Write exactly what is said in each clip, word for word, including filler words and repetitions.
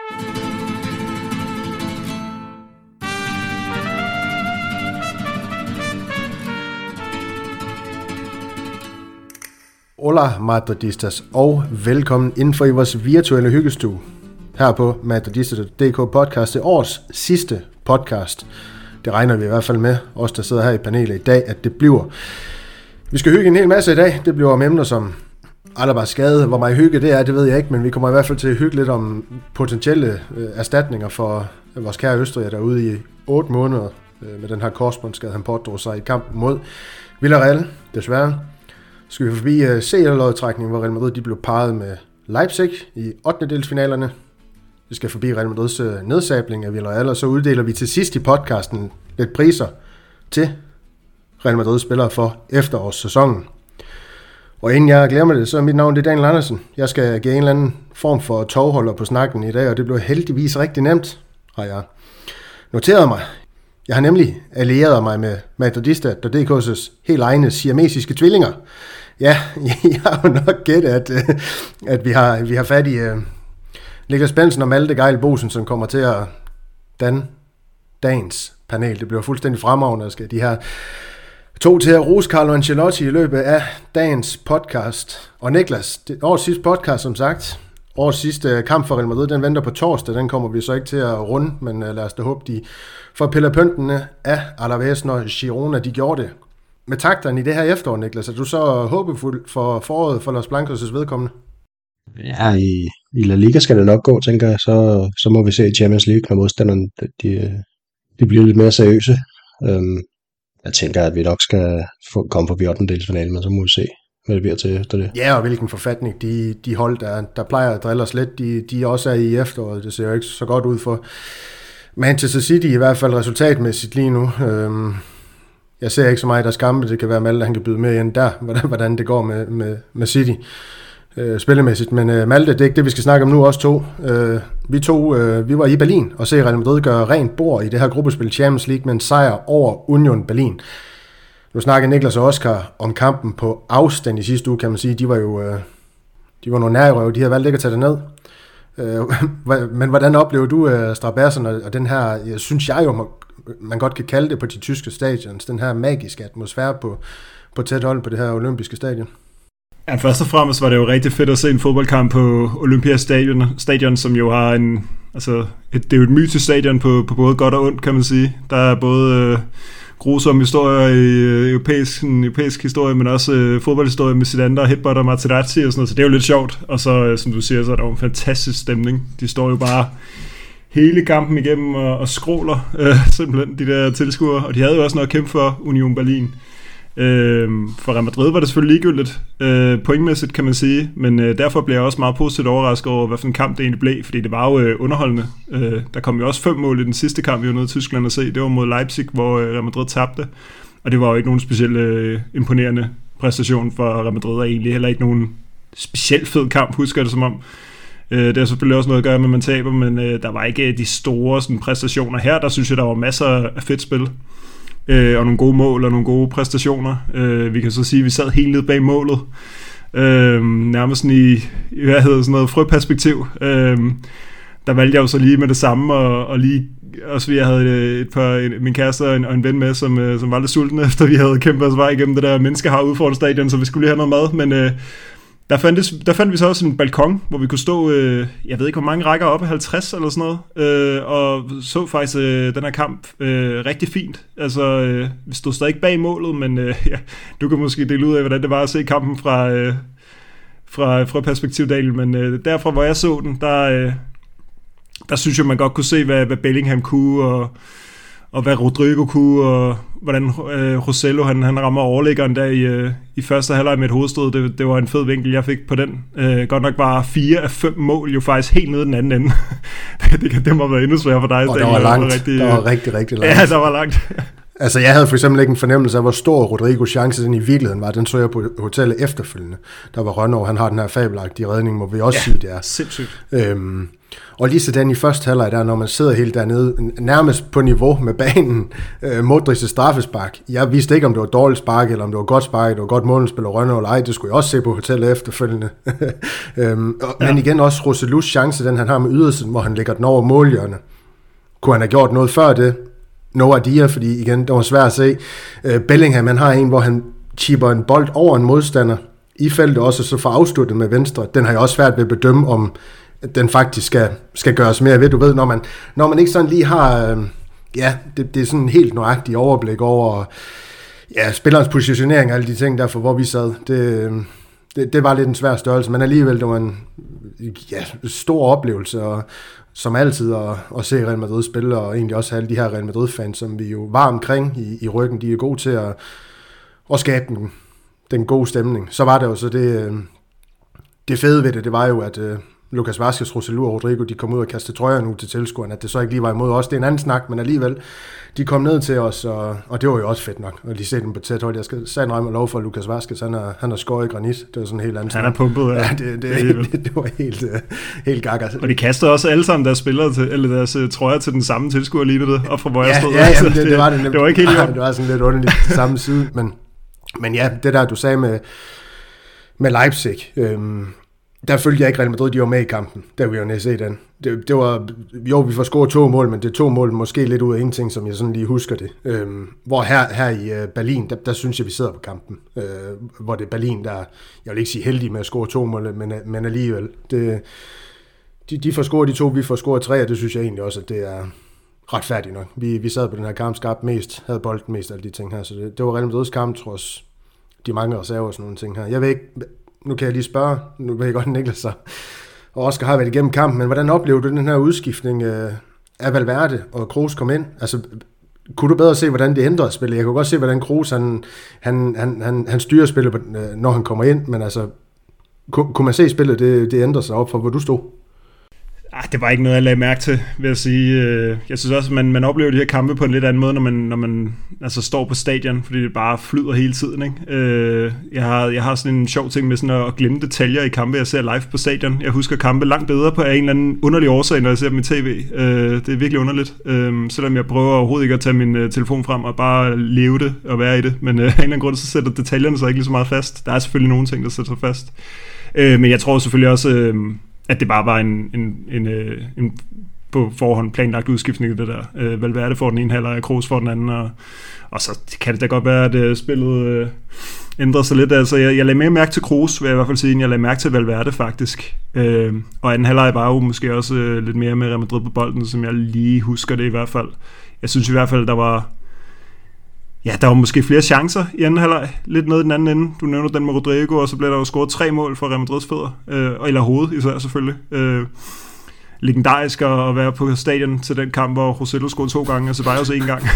Hola Madridistas, og velkommen inden for i vores virtuelle hyggestue her på madridistas punktum d k podcast. Det er årets sidste podcast. Det regner vi i hvert fald med, os der sidder her i panelet i dag, at det bliver. Vi skal hygge en hel masse i dag. Det bliver om emner som Alabas skade. Hvor meget hygge det er, det ved jeg ikke, men vi kommer i hvert fald til at hygge lidt om potentielle øh, erstatninger for øh, vores kære Østrig, der er ude i otte måneder øh, med den her korsbåndsskade, han pådrog sig i kampen mod Villarreal, desværre. Så skal vi forbi uh, C L-lodtrækningen, hvor Real Madrid de blev parret med Leipzig i ottendedelsfinalerne. Vi skal forbi Real Madrids uh, nedsabling af Villarreal, og så uddeler vi til sidst i podcasten lidt priser til Real Madrids spillere for efterårssæsonen. Og inden jeg glemmer det, så er mit navn det er Daniel Andersen. Jeg skal give en eller anden form for tovholder på snakken i dag, og det blev heldigvis rigtig nemt, har jeg noteret mig. Jeg har nemlig allieret mig med Madridista punktum d k's helt egne siamesiske tvillinger. Ja, jeg har jo nok gættet, at, at vi, har, vi har fat i uh, Niklas Bensen og Malte Geil Bosen, som kommer til at danne dagens panel. Det bliver fuldstændig fremragende, at skal de her to til at rose Carlo Ancelotti i løbet af dagens podcast. Og Niklas, det årets sidste podcast, som sagt. Årets sidste kamp for Real Madrid, den venter på torsdag. Den kommer vi så ikke til at runde, men lad os da håbe, de får pillet pyntene af Alaves, når Girona de gjorde det. Med takterne i det her efterår, Niklas, er du så håbefuld for foråret for Los Blancos' vedkommende? Ja, i, i La Liga skal det nok gå, tænker jeg. Så, så må vi se i Champions League, når modstanderne de, de bliver lidt mere seriøse. Um, jeg tænker, at vi nok skal få, komme forbi ottendedelsfinalen, men så må vi se, hvad det bliver til efter det. Ja, og hvilken forfatning de, de hold, der, der plejer at drille os lidt, de, de også er i efteråret. Det ser jo ikke så godt ud for Manchester City, i hvert fald resultatmæssigt lige nu. Øhm, jeg ser ikke så meget, der skampe. Det kan være Malte, han kan byde med ind der, hvordan, hvordan det går med, med, med City øh, spillemæssigt. Men øh, Malte, det er ikke det, vi skal snakke om nu, også to. Øh, vi to, øh, vi var i Berlin og se Real Madrid gøre rent bord i det her gruppespil Champions League med en sejr over Union Berlin. Nu snakker Niklas og Oscar om kampen på afstand i sidste uge, kan man sige. De var jo øh, de var nogle nærrøve. De havde valgt ikke at tage det ned. Øh, men hvordan oplever du øh, Strabassen og, og den her, jeg synes jeg jo, man godt kan kalde det på de tyske stadions, den her magiske atmosfære på, på tæt hold på det her olympiske stadion? Ja, først og fremmest var det jo rigtig fedt at se en fodboldkamp på Olympia Stadion, stadion som jo har en, altså, et, det er jo et mytisk stadion på, på både godt og ondt, kan man sige. Der er både øh, grusomme historier i øh, europæisk, europæisk historie, men også øh, fodboldhistorie med Zidane og Hedbot og Materazzi og sådan noget, så det er jo lidt sjovt. Og så, øh, som du siger, så er der jo en fantastisk stemning. De står jo bare hele kampen igennem og, og skråler øh, simpelthen, de der tilskuere, og de havde jo også noget at kæmpe for, Union Berlin. Øh, for Real Madrid var det selvfølgelig ligegyldigt, øh, pointmæssigt kan man sige, men øh, derfor blev jeg også meget positivt overrasket over, hvad for en kamp det egentlig blev, fordi det var jo øh, underholdende. Øh, der kom jo også fem mål i den sidste kamp, vi var nede i Tyskland at se, det var mod Leipzig, hvor øh, Real Madrid tabte, og det var jo ikke nogen specielt øh, imponerende præstation for Real Madrid, og egentlig heller ikke nogen specielt fed kamp, husker jeg det som om. Øh, det har selvfølgelig også noget at gøre med, at man taber, men øh, der var ikke de store sådan, præstationer her, der synes jeg, der var masser af fedt spil. Øh, og nogle gode mål og nogle gode præstationer. Øh, vi kan så sige, at vi sad helt nede bag målet. Øh, nærmest sådan i, i, hvad hedder sådan noget, frøperspektiv. Øh, der valgte jeg jo så lige med det samme, og, og lige, også fordi jeg havde et par, en, min kæreste og en, og en ven med, som, som var lidt sultne, efter vi havde kæmpet os vej igennem det der menneskehav ude foran stadion, så vi skulle lige have noget mad, men øh, Der fandt, der fandt vi så også en balkon, hvor vi kunne stå, øh, jeg ved ikke hvor mange rækker oppe, halvtreds eller sådan noget, øh, og så faktisk øh, den her kamp øh, rigtig fint. Altså, øh, vi stod stadig bag målet, men øh, ja, du kan måske dele ud af, hvordan det var at se kampen fra, øh, fra, fra perspektivdelen, men øh, derfra, hvor jeg så den, der, øh, der synes jeg, man godt kunne se, hvad, hvad Bellingham kunne, og og hvad Rodrigo kunne, og hvordan øh, Rosello han, han rammer overlæggeren der i, øh, i første halvleg med et hovedstød. Det, det var en fed vinkel, jeg fik på den. Øh, godt nok bare fire af fem mål, jo faktisk helt nede den anden ende. det, det, det må være endnu sværere for dig. Og der var langt. Der var, rigtig, der var rigtig, rigtig langt. Ja, der var langt. Altså, jeg havde for eksempel ikke en fornemmelse af, hvor stor Rodrigos chance den i virkeligheden var. Den så jeg på hotellet efterfølgende. Der var Rønnow, han har den her fabelagtige redning, må vi også ja, sige, det er. Sindssygt. Øhm, Og lige sådan i første halvleg der, når man sidder helt dernede, nærmest på niveau med banen, øh, Modric's straffespark. Jeg vidste ikke, om det var dårligt spark, eller om det var godt spark, det var godt målspil og Rønne eller ej. Det skulle jeg også se på hotellet efterfølgende. øhm, og, ja. Men igen også Roselus chance, den han har med ydersiden, hvor han lægger den over målhjørne. Kunne han have gjort noget før det? No idea, fordi igen, det var svært at se. Øh, Bellingham, han har en, hvor han chipper en bold over en modstander i feltet også, så får afsluttet med venstre. Den har jeg også svært ved at bedømme, om den faktisk skal, skal gøres mere ved. Du ved, når man, når man ikke sådan lige har, øh, ja, det, det er sådan en helt nøjagtig overblik over, ja, spillerens positionering og alle de ting derfor, hvor vi sad. Det, det, det var lidt en svær størrelse, men alligevel, det var en ja, stor oplevelse, og som altid at, at se Real Madrid spille, og egentlig også alle de her Real Madrid-fans, som vi jo var omkring i, i ryggen, de er gode til at, at skabe den, den gode stemning. Så var det jo så det, det fede ved det, det var jo, at uh, Lucas Vázquez, Roselu og Rodrigo, de kom ud og kastede trøjer nu til tilskuerne, at det så ikke lige var imod os. Det er en anden snak, men alligevel, de kom ned til os, og, og det var jo også fedt nok, og de se dem på tæt hold. Jeg skal sætte en lov for Lucas Vázquez, han har, han har skåret i granit. Det var sådan en helt anden snak. Han er pumpet, ja. Ja, det, det, det, det, det var helt, uh, helt gakker. Og de kastede også alle sammen deres spillere til, eller deres uh, trøjer til den samme tilskuer lige det, op fra hvor jeg ja, stod. Ja, ja, det, det, det, var det, det var ikke helt det var sådan lidt underligt til samme side, men, men ja, det der, du sagde med, med Leipzig, øhm, der følte jeg ikke Real Madrid, de var med i kampen, da vi var nede se den. Det, det var, jo, vi får scoret to mål, men det er to mål måske lidt ud af ingenting, som jeg sådan lige husker det. Øhm, hvor her, her i Berlin, der, der synes jeg, vi sidder på kampen. Øh, hvor det er Berlin, der, jeg vil ikke sige heldig med at score to mål, men, men alligevel. Det, de, de får scoret de to, vi får scoret tre, og det synes jeg egentlig også, at det er retfærdigt nok. Vi, vi sad på den her kamp, skabte mest, havde bolden mest, alle de ting her, så det, det var Real Madrids kamp, trods de mange reserver og sådan nogle ting her. Jeg ved ikke, nu kan jeg lige spørge, nu ved jeg godt, Niklas og Oscar har været igennem kampen, men hvordan oplever du den her udskiftning af Valverde og Kroos kom ind? Altså, kunne du bedre se, hvordan det ændrede spillet? Jeg kunne godt se, hvordan Kroos, han, han, han, han, han styrer spillet, når han kommer ind, men altså, kunne, kunne man se spillet, det, det ændrer sig op fra, hvor du stod? Ah, det var ikke noget, jeg lagde mærke til, vil jeg sige. Jeg synes også, at man, man oplever de her kampe på en lidt anden måde, når man, når man altså, står på stadion, fordi det bare flyder hele tiden. Ikke? Jeg, har, jeg har sådan en sjov ting med sådan at glemme detaljer i kampe, jeg ser live på stadion. Jeg husker kampe langt bedre på en eller anden underlig årsag, når jeg ser dem i tv. Det er virkelig underligt, selvom jeg prøver overhovedet ikke at tage min telefon frem og bare leve det og være i det. Men af en eller anden grund, så sætter detaljerne sig ikke lige så meget fast. Der er selvfølgelig nogle ting, der sætter sig fast. Men jeg tror selvfølgelig også, at det bare var en, en, en, en på forhånd planlagt udskiftning, det der. Øh, Valverde får den ene halvleg, og Kroos får den anden, og, og så kan det da godt være, at øh, spillet øh, ændrer sig lidt. Altså, jeg, jeg lagde mere mærke til Kroos, vil jeg i hvert fald sige, end jeg lagde mærke til Valverde, faktisk. Øh, og anden halvleg var jo måske også øh, lidt mere med Real Madrid på bolden, som jeg lige husker det i hvert fald. Jeg synes i hvert fald, der var ja, der var måske flere chancer i anden halvleg. Lidt noget i den anden ende. Du nævner den med Rodrigo, og så blev der jo scoret tre mål for Real Madrids fødder. Øh, eller hoved især selvfølgelig. Øh, legendarisk at være på stadion til den kamp, hvor Roselu scorede to gange, og så bare også en gang.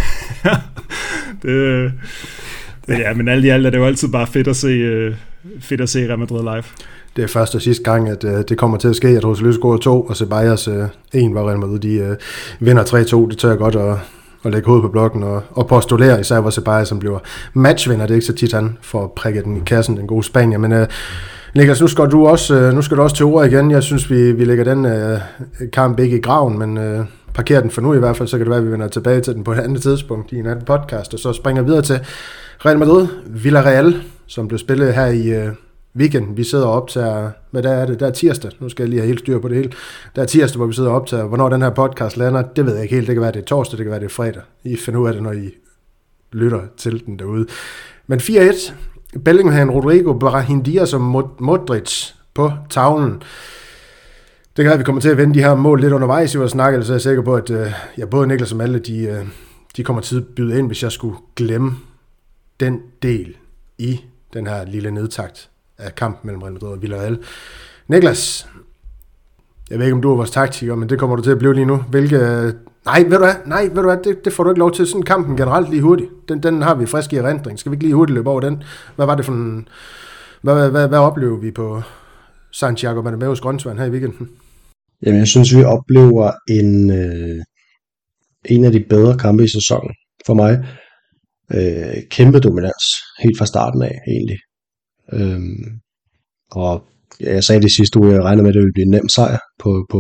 det, det, ja, men alt i alt er det jo altid bare fedt at se, uh, fedt at se Real Madrid live. Det er første og sidste gang, at uh, det kommer til at ske, at Roselu scorer to, og Ceballos uh, en, hvor Real Madrid de, uh, vinder tre to. Det tør jeg godt at, at lægge hovedet på blokken og, og postulere, især hvor Ceballos som bliver matchvinder. Det er ikke så tit, han får prikket den i kassen, den gode Spanier, men uh, Niklas, nu skal du også, nu skal du også til ord igen. Jeg synes, vi, vi lægger den uh, kamp ikke i graven, men uh, parkerer den for nu i hvert fald, så kan det være, at vi vender tilbage til den på et andet tidspunkt i en anden podcast, og så springer videre til Real Madrid, Villarreal, som blev spillet her i uh, weekenden. Vi sidder og optager, hvad der er det? Der er tirsdag, nu skal jeg lige have helt styr på det hele. Der er tirsdag, hvor vi sidder og optager. Hvornår den her podcast lander, det ved jeg ikke helt. Det kan være, det er torsdag, det kan være, det er fredag. I finder ud af det, når I lytter til den derude. Men fire et. Bellingham, Rodrigo, Brahim Diaz og Modric på tavlen. Det kan være, at vi kommer til at vende de her mål lidt undervejs i vores snak, så er jeg sikker på, at uh, ja, både Niklas og Malte, de, uh, de kommer til at byde ind, hvis jeg skulle glemme den del i den her lille nedtakt af kampen mellem Real Madrid og Villarreal. Niklas, jeg ved ikke, om du er vores taktiker, men det kommer du til at blive lige nu. Hvilke... Nej, ved du hvad? Nej, ved du hvad? Det, det får du ikke lov til. Sådan kampen generelt lige hurtigt. Den, den har vi frisk i erindring. Skal vi ikke lige hurtigt løbe over den? Hvad var det for en... Hvad, hvad, hvad, hvad oplever vi på Santiago Bernabéus grøntsvand her i weekenden? Jamen, jeg synes, vi oplever en, øh, en af de bedre kampe i sæsonen for mig. Øh, kæmpe dominans, helt fra starten af, egentlig. Øhm, og ja, jeg sagde det sidste uge, jeg regner med, at det ville blive en nem sejr på, på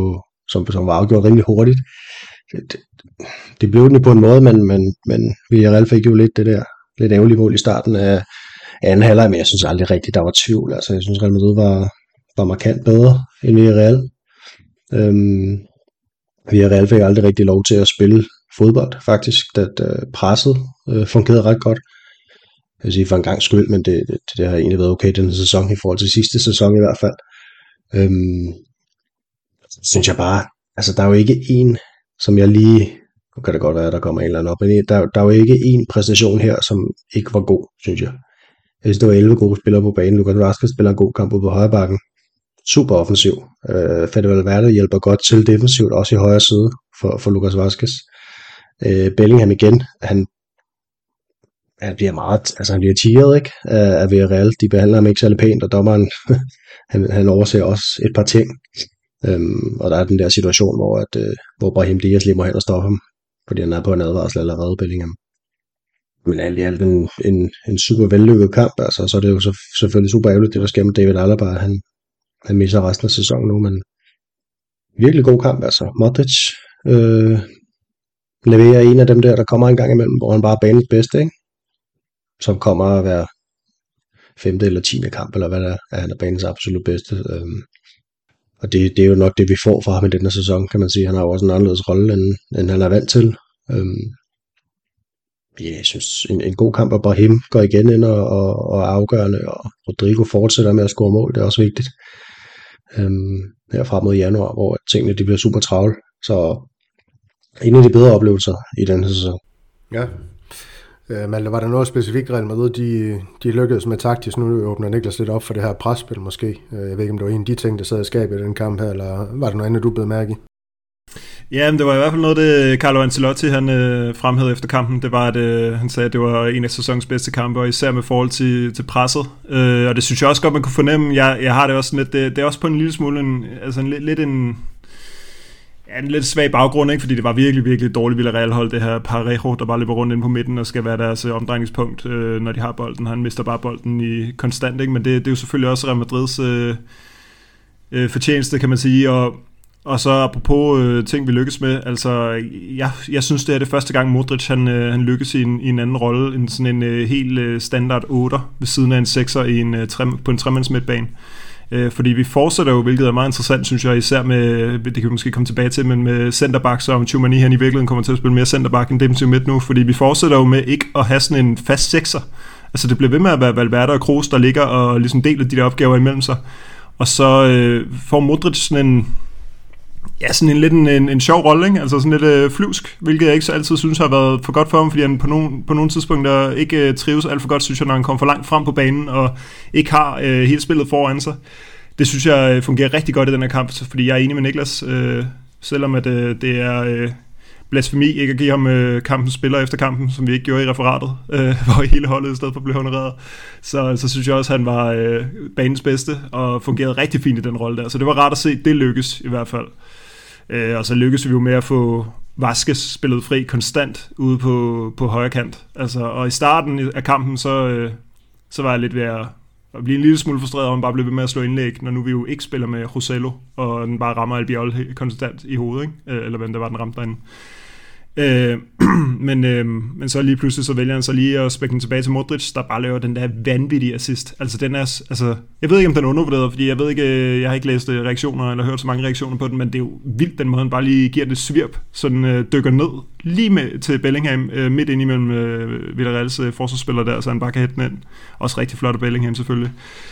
som, som var afgjort rimelig hurtigt. Det, det blev den på en måde, men, men, men Villarreal fik jo lidt det der, lidt ærgerlige mål i starten af anden halvleg, men jeg synes aldrig rigtigt, der var tvivl. Altså, jeg synes, Real Madrid var, var markant bedre end Villarreal. Øhm, Villarreal fik aldrig rigtig lov til at spille fodbold, faktisk, da øh, presset øh, fungerede ret godt. Jeg vil sige for en gang skyld, men det, det, det har egentlig været okay den sæson i forhold til sidste sæson i hvert fald. Øhm, synes jeg bare, altså der er jo ikke en, som jeg lige, nu kan det godt være, at der kommer en eller anden op, men der, der er jo ikke en præstation her, som ikke var god, synes jeg. Jeg synes, der var elleve gode spillere på banen. Lucas Vazquez spiller en god kamp ude på højre bakken. Super offensiv. Øh, Fede Valverde hjælper godt til defensivt, også i højre side for, for Lucas Vazquez. Øh, Bellingham igen, han, han bliver meget, altså han bliver tiret, ikke, af, af Villarreal. De behandler ham ikke særlig pænt, og dommeren, han, han overser også et par ting. Øhm, og der er den der situation, hvor, at, øh, hvor Brahim Diaz lige må hen og stoppe ham, fordi han er på en advarsel allerede, Bellingham. Men alt i alt en, en, en super vellykket kamp, altså, så er det jo så, selvfølgelig super ærgerligt, det der sker med David Alaba, han, han misser resten af sæsonen nu, men virkelig god kamp, altså. Modric øh, leverer en af dem der, der kommer en gang imellem, hvor han bare er banens bedste, ikke? Som kommer at være femte eller tiende kamp, eller hvad der er, at han er banens absolut bedste. Øhm, og det, det er jo nok det, vi får fra ham i denne sæson, kan man sige. Han har jo også en anderledes rolle, end, end han er vant til. Øhm, ja, jeg synes, en, en god kamp, og Brahim går igen ind og, og, og er afgørende, og Rodrigo fortsætter med at score mål, det er også vigtigt. Øhm, herfra mod januar, hvor tingene de bliver super travle. Så en af de bedre oplevelser i denne sæson. Ja. Øh, Malte, var der noget specifikt Real Madrid, de, de lykkedes med taktisk? Nu åbner Niklas lidt op for det her presspil måske. Jeg ved ikke, om det var en af de ting, der sad i skabet i den kamp her, eller var det noget andet, du blev mærke i? Ja, men det var i hvert fald noget, det Carlo Ancelotti han øh, fremhævede efter kampen. Det var, at øh, han sagde, at det var en af sæsonens bedste kampe, og især med forhold til, til presset. Øh, og det synes jeg også godt, man kunne fornemme. Jeg, jeg har det også lidt, det, det er også på en lille smule, en, altså en, lidt en... Ja, en lidt svag baggrund, ikke? Fordi det var virkelig, virkelig dårligt Villarreal-hold, det her Parejo, der bare løber rundt inde på midten og skal være deres øh, omdrejningspunkt, øh, når de har bolden. Han mister bare bolden i konstant, ikke? Men det, det er jo selvfølgelig også Real Madrids øh, øh, fortjeneste, kan man sige. Og, og så apropos øh, ting, vi lykkes med, altså jeg, jeg synes, det er det første gang Modric, han, øh, han lykkes i en, i en anden rolle, end sådan en øh, helt øh, standard otter ved siden af en sekser i en, øh, tre, på en tremands midtbane. Fordi vi fortsætter jo, hvilket er meget interessant, synes jeg, især med, det kan vi måske komme tilbage til, men med centerback, så om Tchouameni han i virkeligheden kommer til at spille mere centerback end defensiv midt nu, fordi vi fortsætter jo med ikke at have sådan en fast sekser. Altså det bliver ved med at være Valverde og Kroos, der ligger og ligesom deler de der opgaver imellem sig. Og så øh, får Modric sådan en, ja, sådan en lidt en, en, en sjov rolle, ikke? Altså sådan lidt øh, flyvsk, hvilket jeg ikke så altid synes har været for godt for ham, fordi han på nogle, på nogle tidspunkter ikke øh, trives alt for godt, synes jeg, når han kommer for langt frem på banen og ikke har øh, hele spillet foran sig. Det synes jeg øh, fungerer rigtig godt i den her kamp, fordi jeg er enig med Niklas, øh, selvom at øh, det er øh, blasfemi ikke at give ham øh, kampens spiller efter kampen, som vi ikke gjorde i referatet, øh, hvor hele holdet i stedet for blev honoreret. Så, så synes jeg også, at han var øh, banens bedste og fungerede rigtig fint i den rolle der. Så det var rart at se, det lykkes i hvert fald. Øh, og så lykkes vi jo med at få Vazquez spillet fri konstant ude på, på højre kant. Altså, og i starten af kampen, så, øh, så var jeg lidt ved at, at blive en lille smule frustreret, om man bare blev ved med at slå indlæg, når nu vi jo ikke spiller med Rossello, og den bare rammer Albiol konstant i hovedet, ikke? Eller hvem der var, den ramte derinde. Øh, men, øh, men så lige pludselig så vælger han så lige at spække den tilbage til Modric, der bare laver den der vanvittige assist. Altså den er, altså jeg ved ikke om den er undervurderet, fordi jeg ved ikke, jeg har ikke læst reaktioner eller hørt så mange reaktioner på den, men det er jo vildt den måde han bare lige giver det svirp, så den øh, dykker ned lige med til Bellingham øh, midt ind imellem øh, Villarreals øh, forsvarsspiller der, så han bare kan hætte den ind. Også rigtig flot af Bellingham selvfølgelig.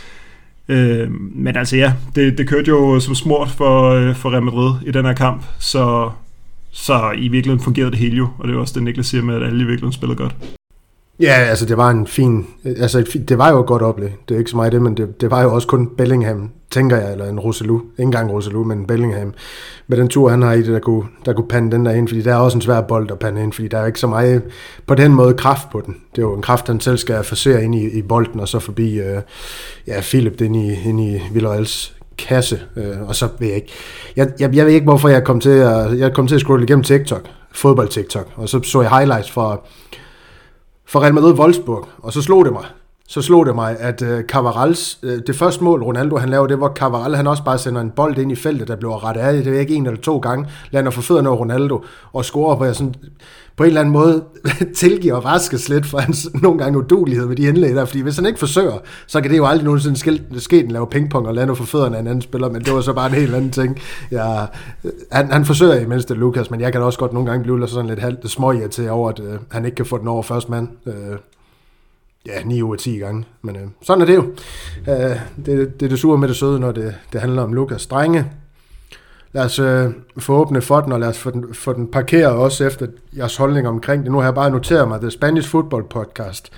Øh, men altså ja, det, det kørte jo som smurt for, øh, for Real Madrid i den her kamp, så Så i virkeligheden fungerede det hele jo, og det er også det, Niklas siger med, at alle i virkeligheden spiller godt. Ja, altså det var en fin, altså et, det var jo et godt oplæg. Det er ikke så meget det, men det, det var jo også kun Bellingham, tænker jeg, eller en Rossello. Ikke engang Rossello, men Bellingham. Med den tur, han har i det, der kunne, der kunne pande den der ind, fordi der er også en svær bold at pande ind, fordi der er ikke så meget på den måde kraft på den. Det er jo en kraft, han selv skal forsere ind i, i bolden, og så forbi øh, ja, Philip ind i, ind i Villarreals kasse, øh, og så ved jeg ikke. Jeg, jeg, jeg ved ikke, hvorfor jeg kom til at, jeg kom til at scrolle igennem TikTok, fodbold TikTok, og så så jeg highlights fra, fra Real Madrid Wolfsburg, og så slog det mig. så slog det mig, at uh, Cavarals, uh, det første mål, Ronaldo han laver, det var Cavaral, han også bare sender en bold ind i feltet, der blev rettet af, det er ikke en eller to gange, lander for fødderne over Ronaldo, og scorer på, sådan, på en eller anden måde tilgiver Vazquez lidt for hans nogle gange udulighed med de indlæg der, fordi hvis han ikke forsøger, så kan det jo aldrig nogensinde ske, at lave pingpong og lande for fødderne af en anden spiller, men det var så bare en helt anden ting. Ja, han, han forsøger i mindste Lucas, men jeg kan også godt nogle gange blive sådan lidt halvt småirriteret over, at uh, han ikke kan få den over først mand. Uh, Ja, ni ud af ti gange, men øh, sådan er det jo. Øh, det, det er det sure med det søde, når det, det handler om Lucas. Drenge, lad os øh, få åbne for den, og lad os få den, få den parkeret også efter jeres holdning omkring det. Nu har jeg bare noteret mig, The Spanish Football Podcast,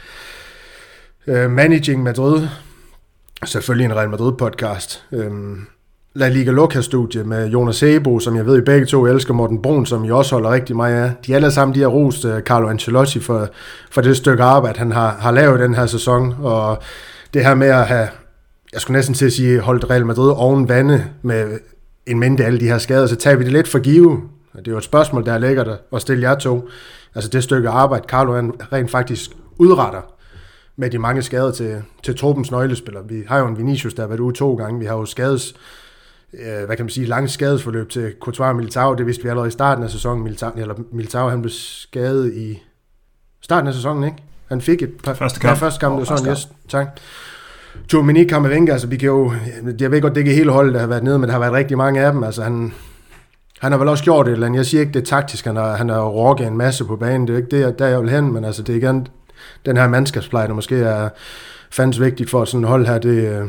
øh, Managing Madrid, selvfølgelig en Real Madrid podcast, øh, La Liga Loca-studie med Jonas Ebo, som jeg ved, I begge to elsker, Morten Brun, som I også holder rigtig meget af. De alle sammen, de har rost uh, Carlo Ancelotti for, for det stykke arbejde, han har, har lavet den her sæson, og det her med at have, jeg skulle næsten til at sige, holdt Real Madrid oven vande med en mente alle de her skader, så tager vi det lidt for give. Det er jo et spørgsmål, der ligger der, og stille jer to. Altså det stykke arbejde, Carlo han rent faktisk udretter med de mange skader til, til truppens nøglespillere. Vi har jo en Vinicius, der har været ude to gange, vi har jo skades hvad kan man sige, langt skadesforløb til Courtois og Militao. Det vidste vi allerede i starten af sæsonen. Militao, eller Militao, han blev skadet i starten af sæsonen, ikke? Han fik et par... Første kamp. Ja, første kamp, det var sådan, yes, tak. Dominic Camavinga, altså vi kan jo... Jeg ved godt, det ikke er hele holdet, der har været nede, men der har været rigtig mange af dem. Altså han... Han har vel også gjort et eller andet. Jeg siger ikke, det er taktisk. Han har, han har rokket en masse på banen. Det er ikke det, der jeg vil hen, men altså det er igen den her mandskabspleje, der måske er fandens vigtigt for sådan et hold her. Det...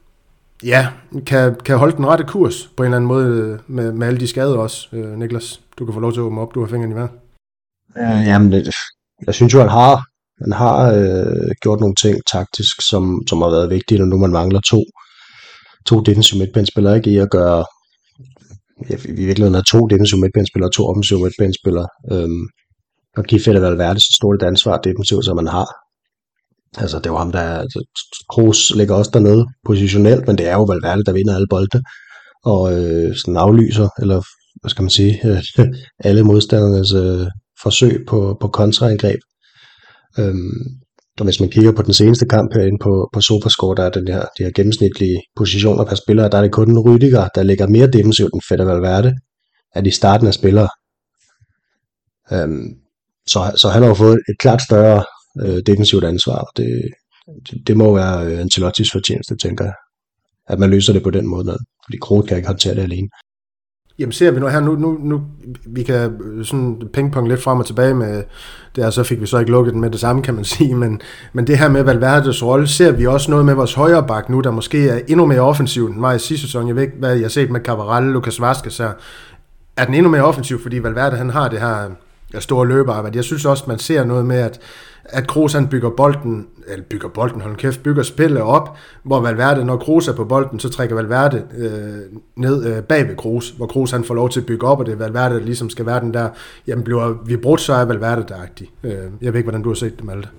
Ja, kan, kan holde den rette kurs på en eller anden måde med, med alle de skader også. Øh, Niklas, du kan få lov til at åbne op, du har fingrene i vejret. Ja, jamen, det, jeg synes jo, han har, han har øh, gjort nogle ting taktisk, som, som har været vigtige, når nu man mangler to, to defensive midtbanespillere, ikke i at gøre, ja, vi i virkeligheden har to defensive midtbanespillere og to offensive midtbanespillere, øhm, og give Fede Valverde så stort et ansvar defensivt, som man har. Altså, det er jo ham, der... Kroos ligger også dernede positionelt, men det er jo Valverde, der vinder alle bolde, og øh, sådan aflyser, eller hvad skal man sige, øh, alle modstandernes øh, forsøg på, på kontraangreb. Øhm, og hvis man kigger på den seneste kamp herinde på, på Sofascore, der er den her, de her gennemsnitlige positioner per spiller, der er det kun Rüdiger, der ligger mere defensivt end Fede Valverde, af de startende spillere. Øhm, så, så han har jo fået et klart større øh, defensivt ansvar, og det, det, det må være øh, Ancelottis fortjeneste, tænker jeg, at man løser det på den måde, fordi Kroos kan ikke håndtere det alene. Jamen ser vi nu her, nu, nu, nu vi kan sådan pingpong lidt frem og tilbage med det her, så fik vi så ikke lukket den med det samme, kan man sige, men, men det her med Valverdes rolle, ser vi også noget med vores højre bak nu, der måske er endnu mere offensiv end var i sidste sæson. Jeg ved ikke, hvad jeg har set med Cavaral, Lucas Vazquez her. Er den endnu mere offensiv, fordi Valverde han har det her store løbearbejde. Jeg synes også, man ser noget med, at at Kroos han bygger bolden, eller bygger bolden, hold kæft, bygger spillet op, hvor Valverde, når Kroos er på bolden, så trækker Valverde øh, ned øh, bag ved Kroos, hvor Kroos han får lov til at bygge op, og det er Valverde, der ligesom skal være den der, jamen bliver vi brudt, så er Valverde der-agtig. Øh, jeg ved ikke, hvordan du har set det, Malte.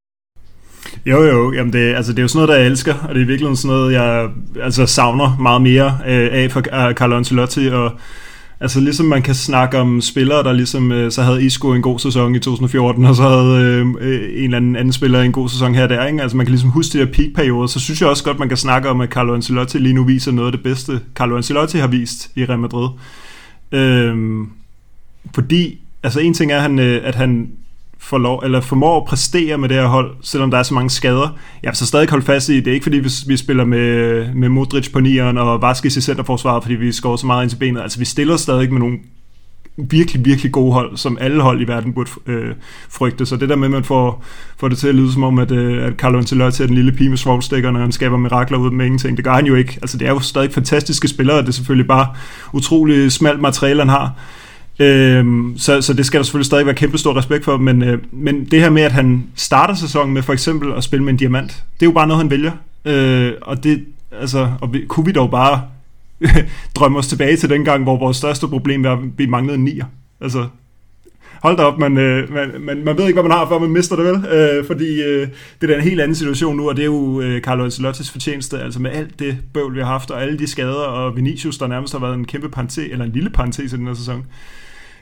Jo, jo, jamen det, altså det er jo sådan noget, der jeg elsker, og det er virkelig sådan noget, jeg altså savner meget mere øh, af for uh, Carlo Ancelotti, og altså ligesom man kan snakke om spillere, der ligesom, øh, så havde Isco en god sæson i to tusind og fjorten, og så havde øh, en eller anden anden spiller en god sæson her der, ikke? Altså man kan ligesom huske de der peak-perioder, så synes jeg også godt, man kan snakke om, at Carlo Ancelotti lige nu viser noget af det bedste, Carlo Ancelotti har vist i Real Madrid. Øhm, fordi, altså en ting er, at han, at han får lov, eller formår at præstere med det her hold, selvom der er så mange skader. Jeg vil så stadig holde fast i, det er ikke fordi, vi, vi spiller med, med Modric på nieren og Vazquez i centerforsvaret, fordi vi skår så meget ind til benet. Altså vi stiller stadig med nogle virkelig, virkelig gode hold, som alle hold i verden burde øh, frygte. Så det der med, at man får, får det til at lyde som om, at, øh, at Carlo Ancelotti er den lille pige med svovlstikker, når han skaber mirakler ud med ingenting. Det gør han jo ikke. Altså det er jo stadig fantastiske spillere, og det er selvfølgelig bare utrolig smalt materiale, han har. Øhm, så, så det skal der selvfølgelig stadig være kæmpe stor respekt for, men, øh, men det her med, at han starter sæsonen med for eksempel at spille med en diamant, det er jo bare noget, han vælger. Øh, og det, altså, og vi, kunne vi dog bare drømme os tilbage til den gang, hvor vores største problem var, at vi manglede en nier. Altså, hold da op, man, øh, man, man, man ved ikke, hvad man har, før man mister det vel, øh, fordi øh, det er en helt anden situation nu, og det er jo øh, Carlo Ancelottis fortjeneste, altså med alt det bøvl, vi har haft, og alle de skader, og Vinicius, der nærmest har været en kæmpe parentes, eller en lille parentes i den her sæson.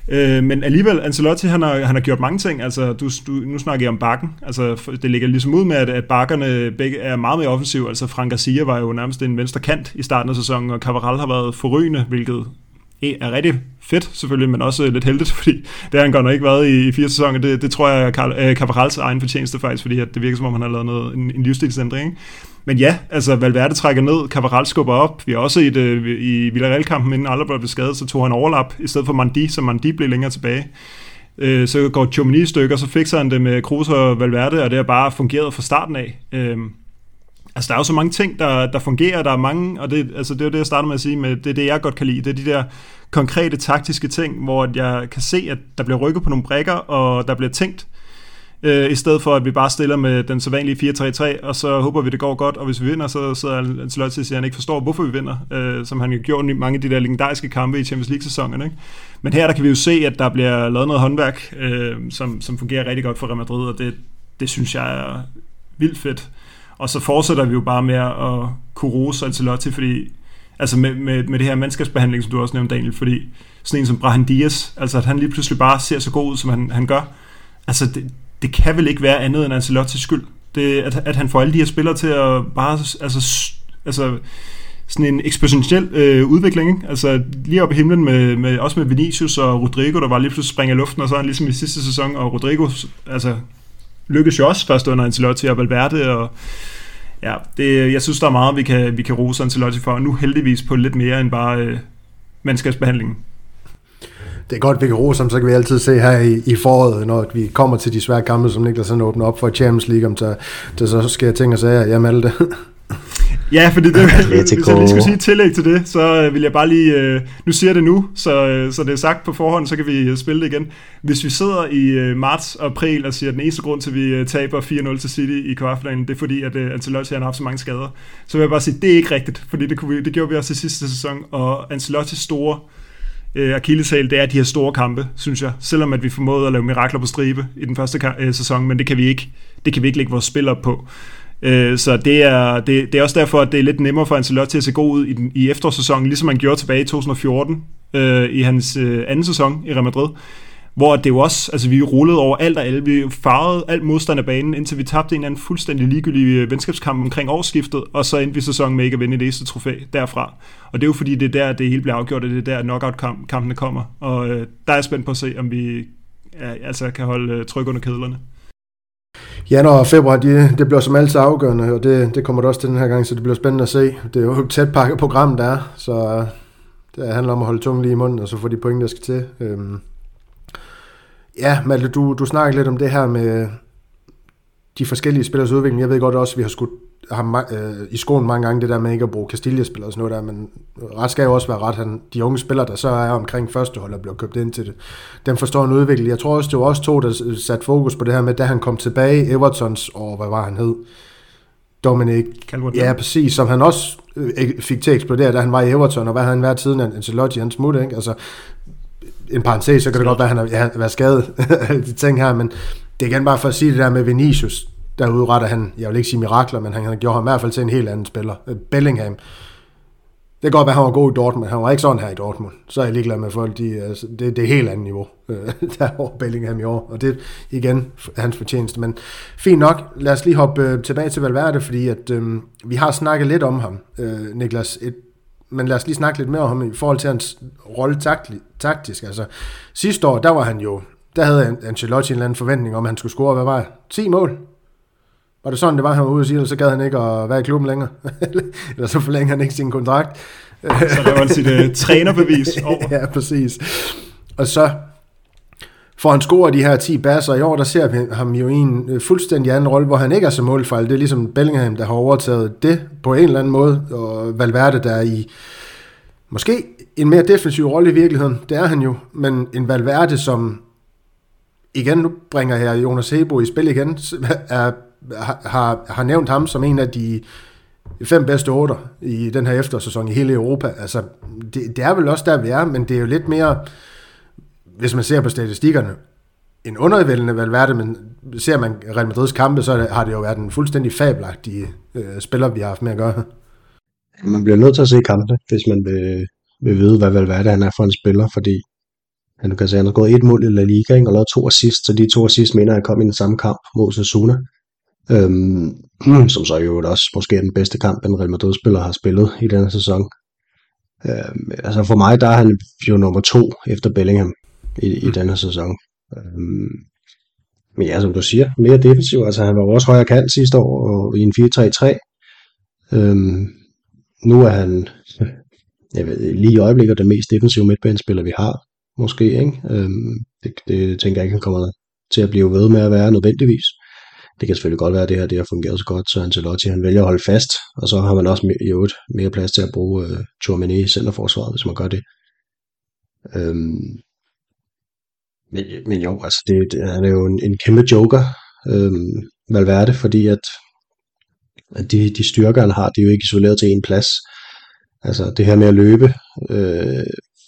Øh, men alligevel, Ancelotti, han har, han har gjort mange ting. Altså, du, du, nu snakker jeg om bakken. Altså, det ligger ligesom ud med, at, at bakkerne begge er meget mere offensive. Altså, Fran Garcia var jo nærmest en venstre kant i starten af sæsonen, og Cabral har været forrygende, hvilket er rigtig fedt selvfølgelig, men også lidt heldigt, fordi det har han godt nok ikke været i, i fire sæsoner. Det, det tror jeg er Cabrals egen fortjeneste faktisk, fordi at det virker som om, han har lavet noget, en, en livsstilsændring. Men ja, altså Valverde trækker ned, Cabral skubber op. Vi har også i, det, i Villarreal-kampen, inden Alaba blev skadet, så tog han overlap i stedet for Mandi, så Mandi blev længere tilbage. Øh, så går Tchouaméni i stykker, så fikser han det med Kroos og Valverde, og det har bare fungeret fra starten af. Øh, altså der er jo så mange ting, der, der fungerer, der er mange, og det, altså, det er jo det, jeg starter med at sige, med, det er det, jeg godt kan lide. Det er de der konkrete taktiske ting, hvor jeg kan se, at der bliver rykket på nogle brikker, og der bliver tænkt, øh, i stedet for, at vi bare stiller med den sædvanlige fire tre tre, og så håber vi, det går godt, og hvis vi vinder, så sidder Ancelotti og siger, at han ikke forstår, hvorfor vi vinder, øh, som han jo gjorde i mange af de der legendariske kampe i Champions League-sæsonen, ikke? Men her der kan vi jo se, at der bliver lavet noget håndværk, øh, som, som fungerer rigtig godt for Real Madrid, og det, det synes jeg er vildt fedt. Og så fortsætter vi jo bare med at kunne rose Ancelotti, fordi altså med, med, med det her mandskabsbehandling, som du også nævnte, Daniel, fordi sådan en som Brahim Diaz, altså at han lige pludselig bare ser så god ud, som han, han gør, altså det, det kan vel ikke være andet end Ancelottis skyld, det, at, at han får alle de her spillere til at bare, altså, altså sådan en eksponentiel øh, udvikling, ikke? Altså lige oppe i himlen med, med, også med Vinicius og Rodrigo, der var lige pludselig springer i luften, og så er han ligesom i sidste sæson, og Rodrigo, altså lykkes jo også først under Ancelotti og Valverde, og ja, det, jeg synes, der er meget, vi kan, vi kan rose Ancelotti for, og nu heldigvis på lidt mere end bare øh, mandskabsbehandlingen. Det er godt, vi kan rose ham, så kan vi altid se her i, i foråret, når vi kommer til de svære kampe, som Niklas sådan åbner op for Champions League, om så, så skal jeg tænke og sige, jamen alt det. Ja, fordi det, hvis jeg lige skulle sige et tillæg til det, så vil jeg bare lige, øh, nu siger jeg det nu, så, så det er sagt på forhånd, så kan vi spille det igen. Hvis vi sidder i øh, marts og april og siger, at den eneste grund til, at vi taber fire nul til City i kvartfinalen, det er fordi, at øh, Ancelotti har haft så mange skader, så vil jeg bare sige, at det er ikke rigtigt, fordi det, kunne vi, det gjorde vi også i sidste sæson, og Ancelottis store øh, akilleshæl, det er de her store kampe, synes jeg, selvom at vi formåede at lave mirakler på stribe i den første ka- øh, sæson, men det kan vi ikke, det kan vi ikke lægge vores spillere på. Så det er, det, det er også derfor, at det er lidt nemmere for Ancelotti at se god ud i, den, i efterårssæsonen, ligesom han gjorde tilbage i to tusind og fjorten, øh, i hans øh, anden sæson i Real Madrid, hvor det jo også, altså vi rullede over alt og alle, vi farvede alt modstand af banen, indtil vi tabte en eller anden fuldstændig ligegyldig venskabskamp omkring årsskiftet, og så endte vi sæsonen med ikke at vinde det eneste trofæ derfra. Og det er jo fordi, det er der, det hele bliver afgjort, og det er der, knockout-kampene kommer. Og øh, der er jeg spændt på at se, om vi ja, altså kan holde øh, tryk under kedlerne. Januar og februar, de, det bliver som altid afgørende, og det, det kommer det også til den her gang, så det bliver spændende at se. Det er jo et tæt pakket program, der er, så det handler om at holde tungen lige i munden, og så få de point, der skal til. Øhm. Ja, Malte, du, du snakker lidt om det her med de forskellige spillers udvikling. Jeg ved godt også, at vi har skudt ham øh, i skoen mange gange, det der med ikke at bruge Castilla-spillere og sådan noget der, men ret skal jo også være ret. Han, de unge spillere, der så er omkring førstehold og bliver købt ind til det, den forstår en udvikling. Jeg tror også, det var også to, der satte fokus på det her med, da han kom tilbage, Evertons, og hvad var han hed? Dominic. Ja, præcis, som han også fik til at eksplodere, da han var i Everton, og hvad havde han været siden af Ancelotti, han smutte, ikke? Altså, en parentes, så kan det godt være, at han har været skadet, de ting her, men det er igen bare for at sige det der med Vinicius, derude retter han, jeg vil ikke sige mirakler, men han, han gjorde ham i hvert fald til en helt anden spiller. Bellingham, det kan godt være, at han var god i Dortmund, han var ikke sådan her i Dortmund, så er jeg ligeglad med folk, de, altså, det, det er helt andet niveau, der over Bellingham i år, og det er igen hans fortjeneste, men fint nok, lad os lige hoppe øh, tilbage til Valverde, fordi at, øh, vi har snakket lidt om ham, øh, Niklas, et, men lad os lige snakke lidt mere om ham i forhold til hans rolle taktisk, altså sidste år, der var han jo, der havde Ancelotti en eller anden forventning om, at han skulle score, hvad var det? ti mål? Var det sådan, det var, han var ude og sige, eller så gad han ikke at være i klubben længere? Eller så forlænger han ikke sin kontrakt. Så der var sit uh, trænerbevis over. Ja, præcis. Og så får han scoret de her ti basser. I år, der ser vi ham jo i en fuldstændig anden rolle, hvor han ikke er så målfejl. Det er ligesom Bellingham, der har overtaget det på en eller anden måde, og Valverde, der er i måske en mere defensiv rolle i virkeligheden. Det er han jo, men en Valverde, som igen, nu bringer her Jonas Hebo i spil igen, er Har, har nævnt ham som en af de fem bedste otter i den her eftersæson i hele Europa. Altså, det, det er vel også der, vi er, men det er jo lidt mere, hvis man ser på statistikkerne, en undervældende Valverde, men ser man Real Madrids kampe, så har det jo været en fuldstændig fabelagtig øh, spiller, vi har haft med at gøre. Man bliver nødt til at se kampe, hvis man vil, vil vide, hvad Valverde han er for en spiller, fordi Han kan se, han har gået et mål i La Liga, ikke, og lavet to assist, så de to assist mener jeg kom i den samme kamp mod Osasuna. Øhm, som så jo også måske er den bedste kamp, en Real Madrid-spiller har spillet i denne sæson. Øhm, altså for mig, der er han jo nummer to efter Bellingham i, i denne sæson. Øhm, men ja, som du siger, mere defensiv. Altså han var også højere kant sidste år og i en fire tre tre. Øhm, nu er han jeg ved, lige i øjeblikket den mest defensive midtbanespiller, vi har. Måske, ikke? Øhm, det, det tænker jeg ikke, han kommer til at blive ved med at være nødvendigvis. Det kan selvfølgelig godt være, at det her det har fungeret så godt, så Ancelotti han vælger at holde fast, og så har man også i øvrigt mere plads til at bruge uh, Tchouaméni i centerforsvaret, hvis man gør det. Øhm, men, men jo, altså det, det, han er jo en, en kæmpe joker, øhm, Valverde, fordi at, at de, de styrker, han har, de er jo ikke isoleret til en plads. Altså det her med at løbe øh,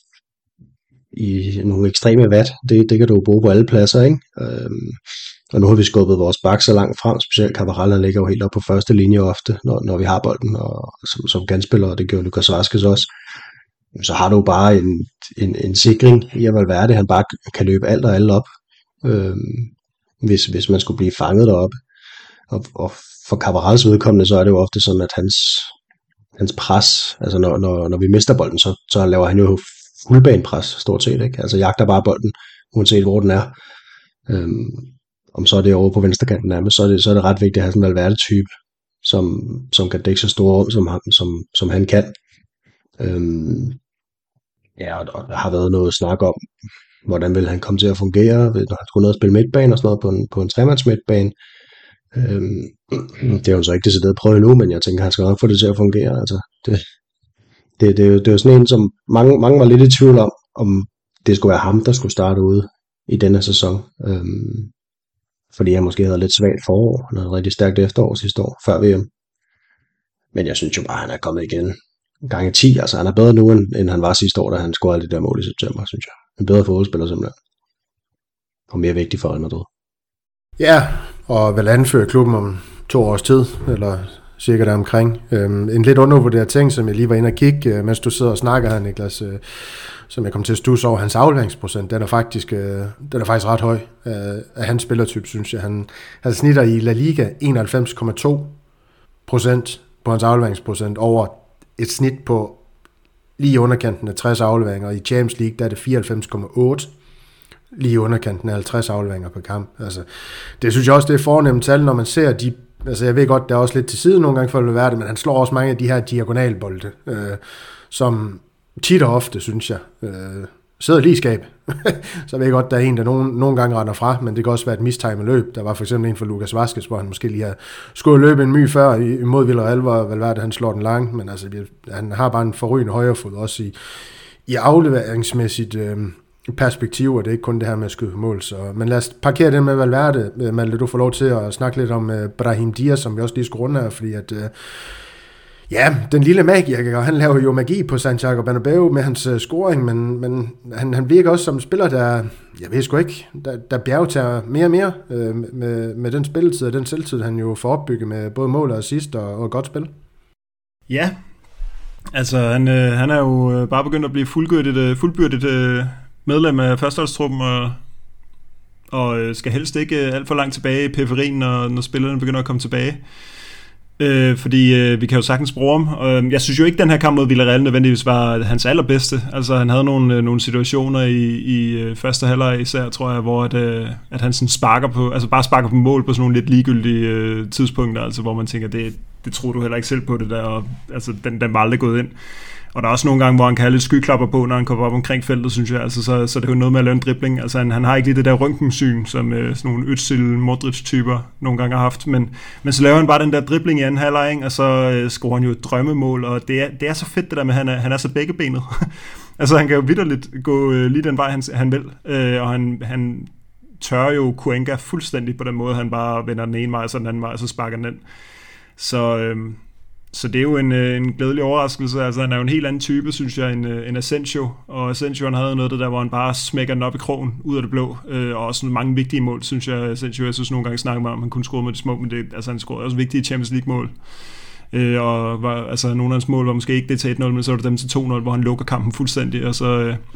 i nogle ekstreme watt, det, det kan du jo bruge på alle pladser, ikke? Øhm, og nu har vi skubbet vores bak så langt frem, specielt Cabral, han ligger jo helt op på første linje ofte, når, når vi har bolden, og som, som kantspiller, og det gjorde Lucas Vázquez også. Så har du bare en, en, en sikring i at Valverde, han bare kan løbe alt og alle op, øhm, hvis, hvis man skulle blive fanget deroppe. Og, og for Cabrals vedkommende, så er det jo ofte sådan, at hans, hans pres, altså når, når, når vi mister bolden, så, så laver han jo fuldbanepres stort set, ikke? Altså jagter bare bolden, uanset hvor den er. Øhm, om så er det over på venstrekanten nærmest, så er det, så er det ret vigtigt at have sådan en Valverde-type, som, som kan dække så store rum, som, ham, som, som han kan. Øhm, ja, og, og der har været noget snak om, hvordan vil han komme til at fungere, når han skulle ned og spille midtbane og sådan noget på en, på en tremands midtbane. Øhm, det er jo så ikke decideret prøve endnu, men jeg tænker, han skal nok få det til at fungere. Altså, det, det, det, er jo, det er jo sådan en, som mange, mange var lidt i tvivl om, om det skulle være ham, der skulle starte ude i denne sæson. Øhm, fordi han måske havde lidt svagt forår, han havde rigtig stærkt efterår sidste år, før V M. Men jeg synes jo bare, at han er kommet igen gange ti, altså han er bedre nu, end, end han var sidste år, da han scorede det der mål i september, synes jeg. En bedre fodboldspiller simpelthen. Og mere vigtig for Real Madrid. Ja, og vel anføre klubben om to års tid, eller cirka der omkring. Øhm, en lidt undervurderet ting, som jeg lige var inde og kigge, øh, mens du sidder og snakker her, Niklas, øh, som jeg kom til at stusse over, hans afleveringsprocent, den er faktisk, øh, den er faktisk ret høj øh, af hans spillertype, synes jeg. Han, han snitter i La Liga enoghalvfems komma to procent på hans afleveringsprocent over et snit på lige underkanten af tres afleveringer, og i Champions League der er det fireoghalvfems komma otte, lige underkanten af halvtreds afleveringer per kamp. Altså, det synes jeg også, det er fornemt tal, når man ser de, altså jeg ved godt, der er også lidt til siden nogle gange for at være det, men han slår også mange af de her diagonalbolde, øh, som tit og ofte, synes jeg, øh, sidder lige i skab. Så jeg ved godt, der er en, der nogle, nogle gange render fra, men det kan også være et mistimet løb. Der var for eksempel en for Lucas Vázquez, hvor han måske lige har skulle løbe en my før imod Villarreal, hvor Valverde han slår den langt, men altså, han har bare en forrygende højrefod også i, i afleveringsmæssigt øh, perspektiv, og det er ikke kun det her med at skyde på mål. Så, men lad os parkere det med Valverde. Malte, du får lov til at snakke lidt om øh, Brahim Diaz, som vi også lige skulle runde her, fordi at øh, ja, den lille magiker, han laver jo magi på Santiago Bernabeu med hans uh, scoring, men, men han, han virker også som en spiller, der, jeg ved sgu ikke, der, der bjergtager mere og mere øh, med, med den spilletid og den selvtid, han jo får opbygget med både mål og assist og, og godt spil. Ja, altså han, øh, han er jo bare begyndt at blive fuldbyrdet, øh, fuldbyrdet øh, medlem af førsteholdstruppen, og, og skal helst ikke alt for langt tilbage i periferien, når, når spillerne begynder at komme tilbage. Øh, fordi øh, vi kan jo sagtens bruge ham. Og jeg synes jo ikke, at den her kamp mod Villarreal nødvendigvis var hans allerbedste. Altså han havde nogle, øh, nogle situationer i, i øh, første halvleg især, tror jeg, hvor at, øh, at han sådan sparker på, altså bare sparker på mål på sådan nogle lidt ligegyldige øh, tidspunkter, altså hvor man tænker, det, det tror du heller ikke selv på det der, og altså den, den var aldrig gået ind. Og der er også nogle gange, hvor han kan have lidt skyklapper på, når han kommer op omkring feltet, synes jeg. Altså, så, så det er jo noget med at lave en dribling. Altså, han, han har ikke lige det der røntgensyn, som øh, sådan nogle Özil, Modric-typer nogle gange har haft. Men, men så laver han bare den der dribling i anden halvleg, og så øh, scorer han jo et drømmemål. Og det er, det er så fedt det der med, at han er, han er så beggebenet. Altså, han kan jo vitterligt gå øh, lige den vej, han, han vil. Øh, og han, han tør jo Cuenca fuldstændig på den måde. Han bare vender den ene vej, og så den anden vej, og så sparker den ind. Så... Øh, Så det er jo en, en glædelig overraskelse. Altså, han er jo en helt anden type, synes jeg, end, end Asensio. Og Asensio, han havde noget der, hvor han bare smækker den op i krogen, ud af det blå. Øh, og også mange vigtige mål, synes jeg. Asensio, jeg synes nogle gange snakker om, at han kunne score med de små, men det, altså, han scorede også vigtige Champions League-mål. Øh, og var, altså, nogle af hans mål var måske ikke det til et nul, men så var det dem til to nul, hvor han lukker kampen fuldstændig. Og så, øh,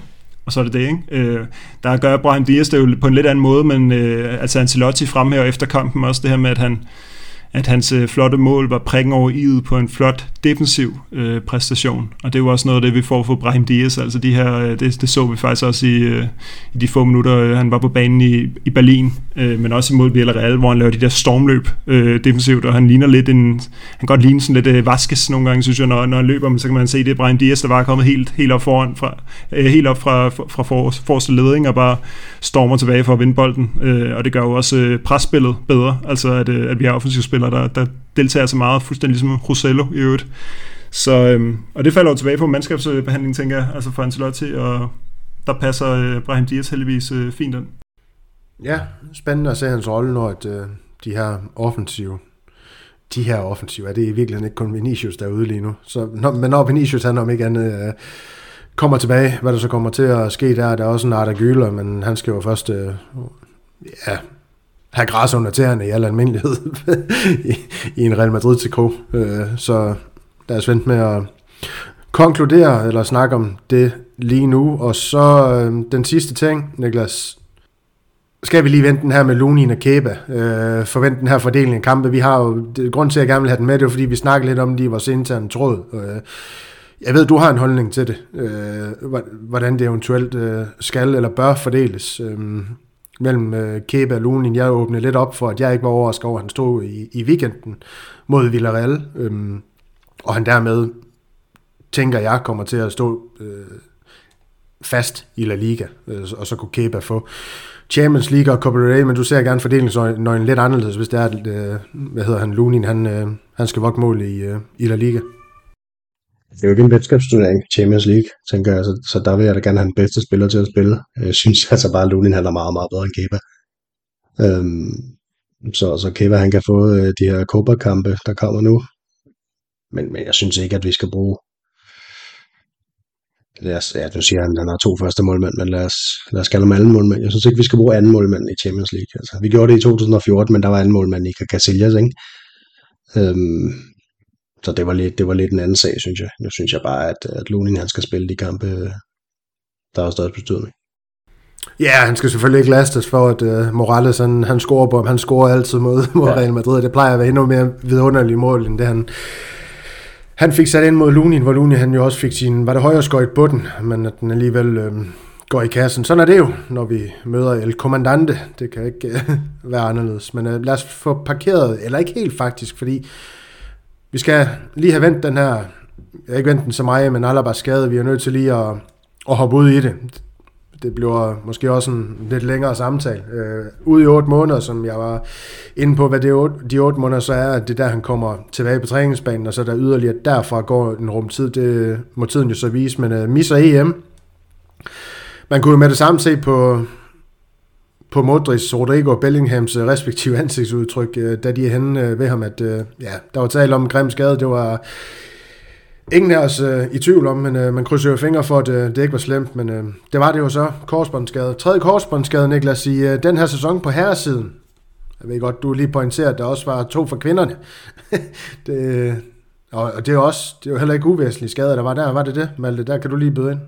og så er det det, ikke? Øh, der gør Brahim Diaz det jo på en lidt anden måde, men øh, altså Ancelotti fremhæver efter kampen også det her med, at han at hans øh, flotte mål var prikken over i'et på en flot defensiv øh, præstation. Og det er jo også noget af det, vi får for Brahim Diaz. Altså de her, øh, det, det så vi faktisk også i, øh, i de få minutter, øh, han var på banen i, i Berlin, øh, men også imod Villarreal, hvor han laver de der stormløb øh, defensivt, og han ligner lidt en, han kan godt ligne sådan lidt øh, Vaskes nogle gange, synes jeg, når, når han løber, men så kan man se, det er Brahim Diaz, der var kommet helt, helt op foran, fra, øh, helt op fra, fra for, forreste leding, og bare stormer tilbage for at vinde bolden. Øh, og det gør jo også øh, presspillet bedre, altså at, øh, at vi har offensivt spillere, Der, der deltager så meget, fuldstændig ligesom Rosello i øvrigt. Så, øhm, og det falder jo tilbage på mandskabsbehandling, tænker jeg, altså for Ancelotti, og der passer øh, Brahim Diaz heldigvis øh, fint ind. Ja, spændende at se hans rolle, når at, øh, de her offensive, de her offensive, er det i virkeligheden ikke kun Vinicius, der er ude lige nu. Så, når, men når Vinicius, han om ikke andet, øh, kommer tilbage, hvad der så kommer til at ske der, der er også en Arda Güler, men han skal jo først, øh, ja, have græs under tæerne i al almindelighed i, i en Real Madrid-trikot. Så der er svendt med at konkludere eller snakke om det lige nu. Og så øh, den sidste ting, Niklas. Skal vi lige vente den her med Lunin og Kepa? Øh, forvente den her fordeling af kampe. Vi har jo, det, grund til at jeg gerne vil have den med, det er fordi vi snakker lidt om det i vores interne tråd. Øh, jeg ved, du har en holdning til det. Øh, hvordan det eventuelt øh, skal eller bør fordeles. Øh, mellem øh, Kepa og Lunin. Jeg åbnede lidt op for, at jeg ikke var overrasket over, at han stod i, i weekenden mod Villarreal, øhm, og han dermed, tænker jeg, kommer til at stå øh, fast i La Liga, øh, og så kunne Kepa få Champions League og Copa del Rey, men du ser gerne fordelingsnøglen lidt anderledes, hvis det er, at, øh, hvad hedder han, Lunin, han, øh, han skal vogte mål i, øh, i La Liga. Det er jo ikke en venskabsturnering, Champions League, tænker jeg, så, så der vil jeg da gerne have den bedste spiller til at spille. Jeg synes altså bare, at Lunin han er meget, meget bedre end Kepa. Øhm, så, så Kepa han kan få øh, de her Copa-kampe, der kommer nu. Men, men jeg synes ikke, at vi skal bruge... Lad os, ja, nu siger han, at han har to første målmænd, men lad os, lad os kalde dem anden målmænd. Jeg synes ikke, vi skal bruge anden målmand i Champions League. Altså, vi gjorde det i to tusind og fjorten, men der var anden målmand i Casillas, ikke? Øhm, Så det var, lidt, det var lidt en anden sag, synes jeg. Nu synes jeg bare, at, at Lunin han skal spille de kampe, der er størst betydning. Ja, han skal selvfølgelig ikke lastes for, at uh, Morales han, han scorer på ham. Han scorer altid mod, mod ja. Real Madrid. Det plejer at være endnu mere vidunderlige mål, end det han, han fik sat ind mod Lunin, hvor Lunin han jo også fik sin, var det højre skøjt på den, men at den alligevel øh, går i kassen. Sådan er det jo, når vi møder El Comandante. Det kan ikke uh, være anderledes. Men uh, lad os få parkeret, eller ikke helt faktisk, fordi vi skal lige have vendt den her, jeg har ikke vendt den så meget, men Alaba skade, vi er nødt til lige at, at hoppe ud i det. Det bliver måske også en lidt længere samtale. Øh, ude i otte måneder, som jeg var inde på, hvad det er, de otte måneder så er, at det der, han kommer tilbage på træningsbanen, og så der yderligere derfra går en rumtid, det må tiden jo så vise, men uh, misser E M. Man kunne jo med det samme se på, på Modric, Rodrigo og Bellinghams respektive ansigtsudtryk, da de er henne ved ham, at ja, der var tale om en grim skade. Det var ingen af os uh, i tvivl om, men uh, man krydser jo fingre for, at uh, det ikke var slemt, men uh, det var det jo så. Korsbåndsskade. Tredje korsbåndsskade, Niklas, i uh, den her sæson på herresiden. Jeg ved godt, du lige pointerer, at der også var to for kvinderne. det, og, og det er jo også, det er jo heller ikke uvæsentlige skader, der var der. Var det det, Malte? Der kan du lige byde ind.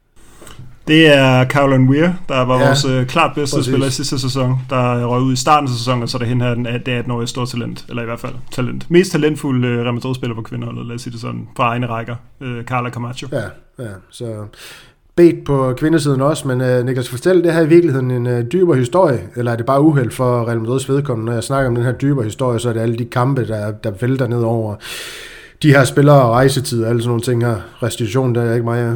Det er Caroline Weir, der var ja, vores øh, klart bedste præcis. spiller i sidste sæson, der røg ud i starten af sæsonen, og så er der hende her, den er atten-årige store talent, eller i hvert fald talent. Mest talentfuld øh, Real Madrid-spiller på kvinderholdet, lad os sige det sådan, fra egne rækker, øh, Carla Camacho. Ja, ja, så bedt på kvindesiden også, men øh, Niklas, fortæl, det her i virkeligheden en øh, dybere historie, eller er det bare uheld for Real Madrids vedkommende? Når jeg snakker om den her dybere historie, så er det alle de kampe, der, der vælter ned over de her spillere og rejsetid og alle sådan nogle ting her. Restitution, der er ikke meget af.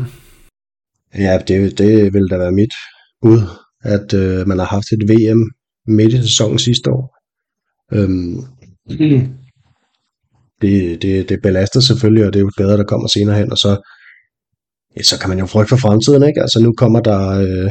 Ja, det, det vil da være mit bud, at øh, man har haft et V M midt i sæsonen sidste år. Øhm, det, det, det belaster selvfølgelig, og det er jo bedre, der kommer senere hen, og så, ja, så kan man jo frygte for fremtiden, ikke? Altså nu kommer der øh,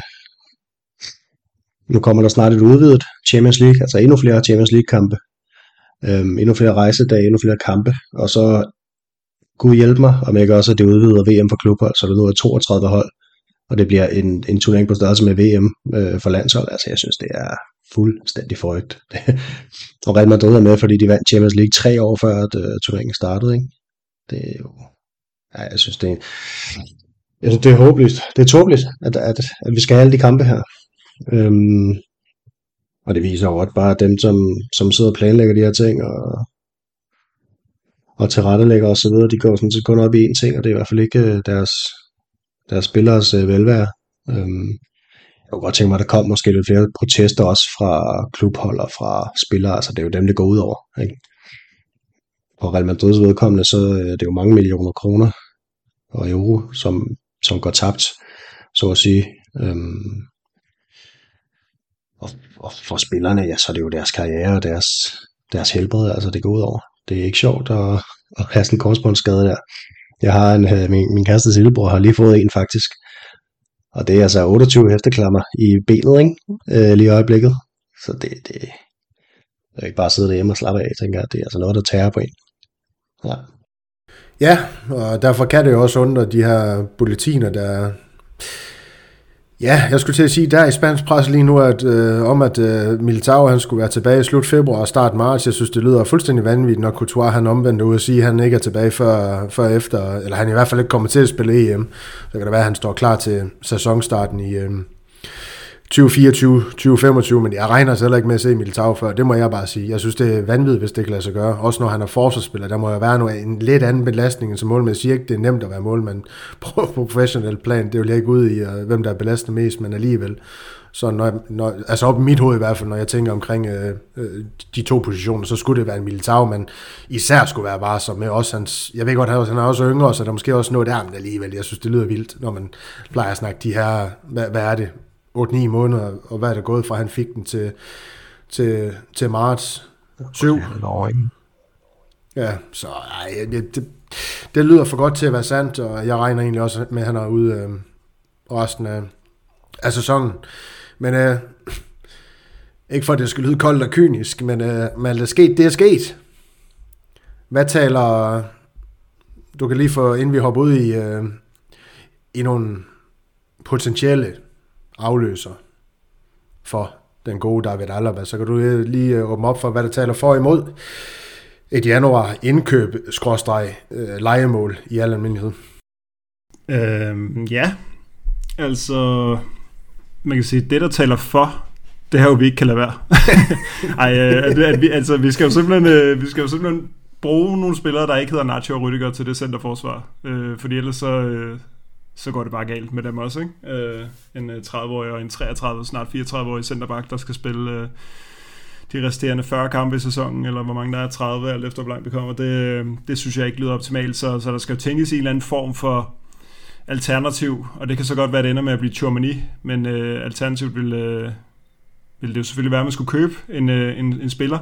nu kommer der snart et udvidet Champions League, altså endnu flere Champions League-kampe, øhm, endnu flere rejsedage, endnu flere kampe, og så Gud hjælpe mig, om ikke også, at det udvider V M for klubhold, så der nu er toogtredive hold, og det bliver en, en turnering på størrelse med V M øh, for landshold. Altså jeg synes, det er fuldstændig forrygt. Og Real Madrid er med, fordi de vandt Champions League tre år før, at øh, turneringen startede, ikke? Det er jo... Ja, jeg synes, det er, Jeg synes, det er håbløst. Det er tåbeligt, at, at, at vi skal have alle de kampe her. Øhm, og det viser jo også bare, at dem, som, som sidder og planlægger de her ting, og, og tilrettelægger og så videre, de går sådan set kun op i én ting, og det er i hvert fald ikke deres, deres spillers øh, velvære. Øhm, jeg kunne godt tænke mig, at der kom måske lidt flere protester også fra klubhold og fra spillere, altså det er jo dem, det går ud over, ikke? For Real Madrids vedkommende, så øh, det er jo mange millioner kroner og euro, som, som går tabt, så at sige. Øhm, og, og for spillerne, ja, så er det jo deres karriere og deres, deres helbred, altså det går ud over. Det er ikke sjovt at, at have sådan en korsbåndsskade der. Jeg har en, min, min kærestes lillebror har lige fået en faktisk, og det er altså otteogtyve hesteklammer i benet, ikke? Øh, lige i øjeblikket. Så det, det, det er ikke bare at sidde derhjemme og slappe af, tænker jeg. Det er altså noget, der tager på en. Ja. Ja, og derfor kan det jo også undre de her bulletiner, der... Ja, jeg skulle til at sige, der i spansk presse lige nu, at, øh, om at øh, Militao han skulle være tilbage i slut februar og start marts. Jeg synes, det lyder fuldstændig vanvittigt, når Courtois han omvendt ud og sige, at han ikke er tilbage før, før efter, eller han i hvert fald ikke kommer til at spille E M. Så kan det være, at han står klar til sæsonstarten i øh, tyve fireogtyve tyve femogtyve, men jeg regner heller ikke med at se Militao før. Det må jeg bare sige. Jeg synes, det er vanvittigt, hvis det kan lade sig gøre. Også når han er forsvarsspiller, der må jo være noget, en lidt anden belastning end som målmand. Jeg siger ikke, det er nemt at være målmand på professionel plan. Det vil jeg ikke ud i, hvem der er belastet mest, men alligevel. Så når, når, altså op i mit hoved i hvert fald, når jeg tænker omkring øh, de to positioner, så skulle det være en Militao, men især skulle være varsom med også hans, jeg ved godt, han er også yngre, så der måske også noget der, men alligevel, jeg synes, det lyder vildt, når man plejer at snakke de her, hvad, hvad er det, otte ni måneder, og hvad er det gået fra, han fik den til, til, til marts? syv? Ja, så ej, det, det, det lyder for godt til at være sandt, og jeg regner egentlig også med, at han er ude øh, resten af, af sæsonen. Men øh, ikke for, at det skal lyde koldt og kynisk, men, øh, men det er sket, det er sket. Hvad taler, du kan lige få, inden vi hopper ud i, øh, i nogle potentielle afløser for den gode David Alaba, så kan du lige åbne op for, hvad der taler for imod et januar indkøb, skråstreg, øh, lejemål i al almindelighed. Øhm, ja, altså man kan sige, det der taler for, det her jo vi ikke kan lade være. Ej, at, at vi, altså vi skal jo simpelthen, øh, vi skal jo simpelthen bruge nogle spillere, der ikke hedder Nacho og Rüdiger til det centerforsvar, øh, fordi ellers så øh, så går det bare galt med dem også, ikke? Øh, en tredive-årig og en treogtredive, snart fireogtredive-årig centerback, der skal spille øh, de resterende fyrre kampe i sæsonen, eller hvor mange der er, tredive, alt efter hvor langt det kommer. Det, det synes jeg ikke lyder optimalt, så, så der skal jo tænkes i en eller anden form for alternativ, og det kan så godt være, at det ender med at blive Tchouaméni, men øh, alternativt vil, øh, vil det jo selvfølgelig være, at man skulle købe en, øh, en, en spiller.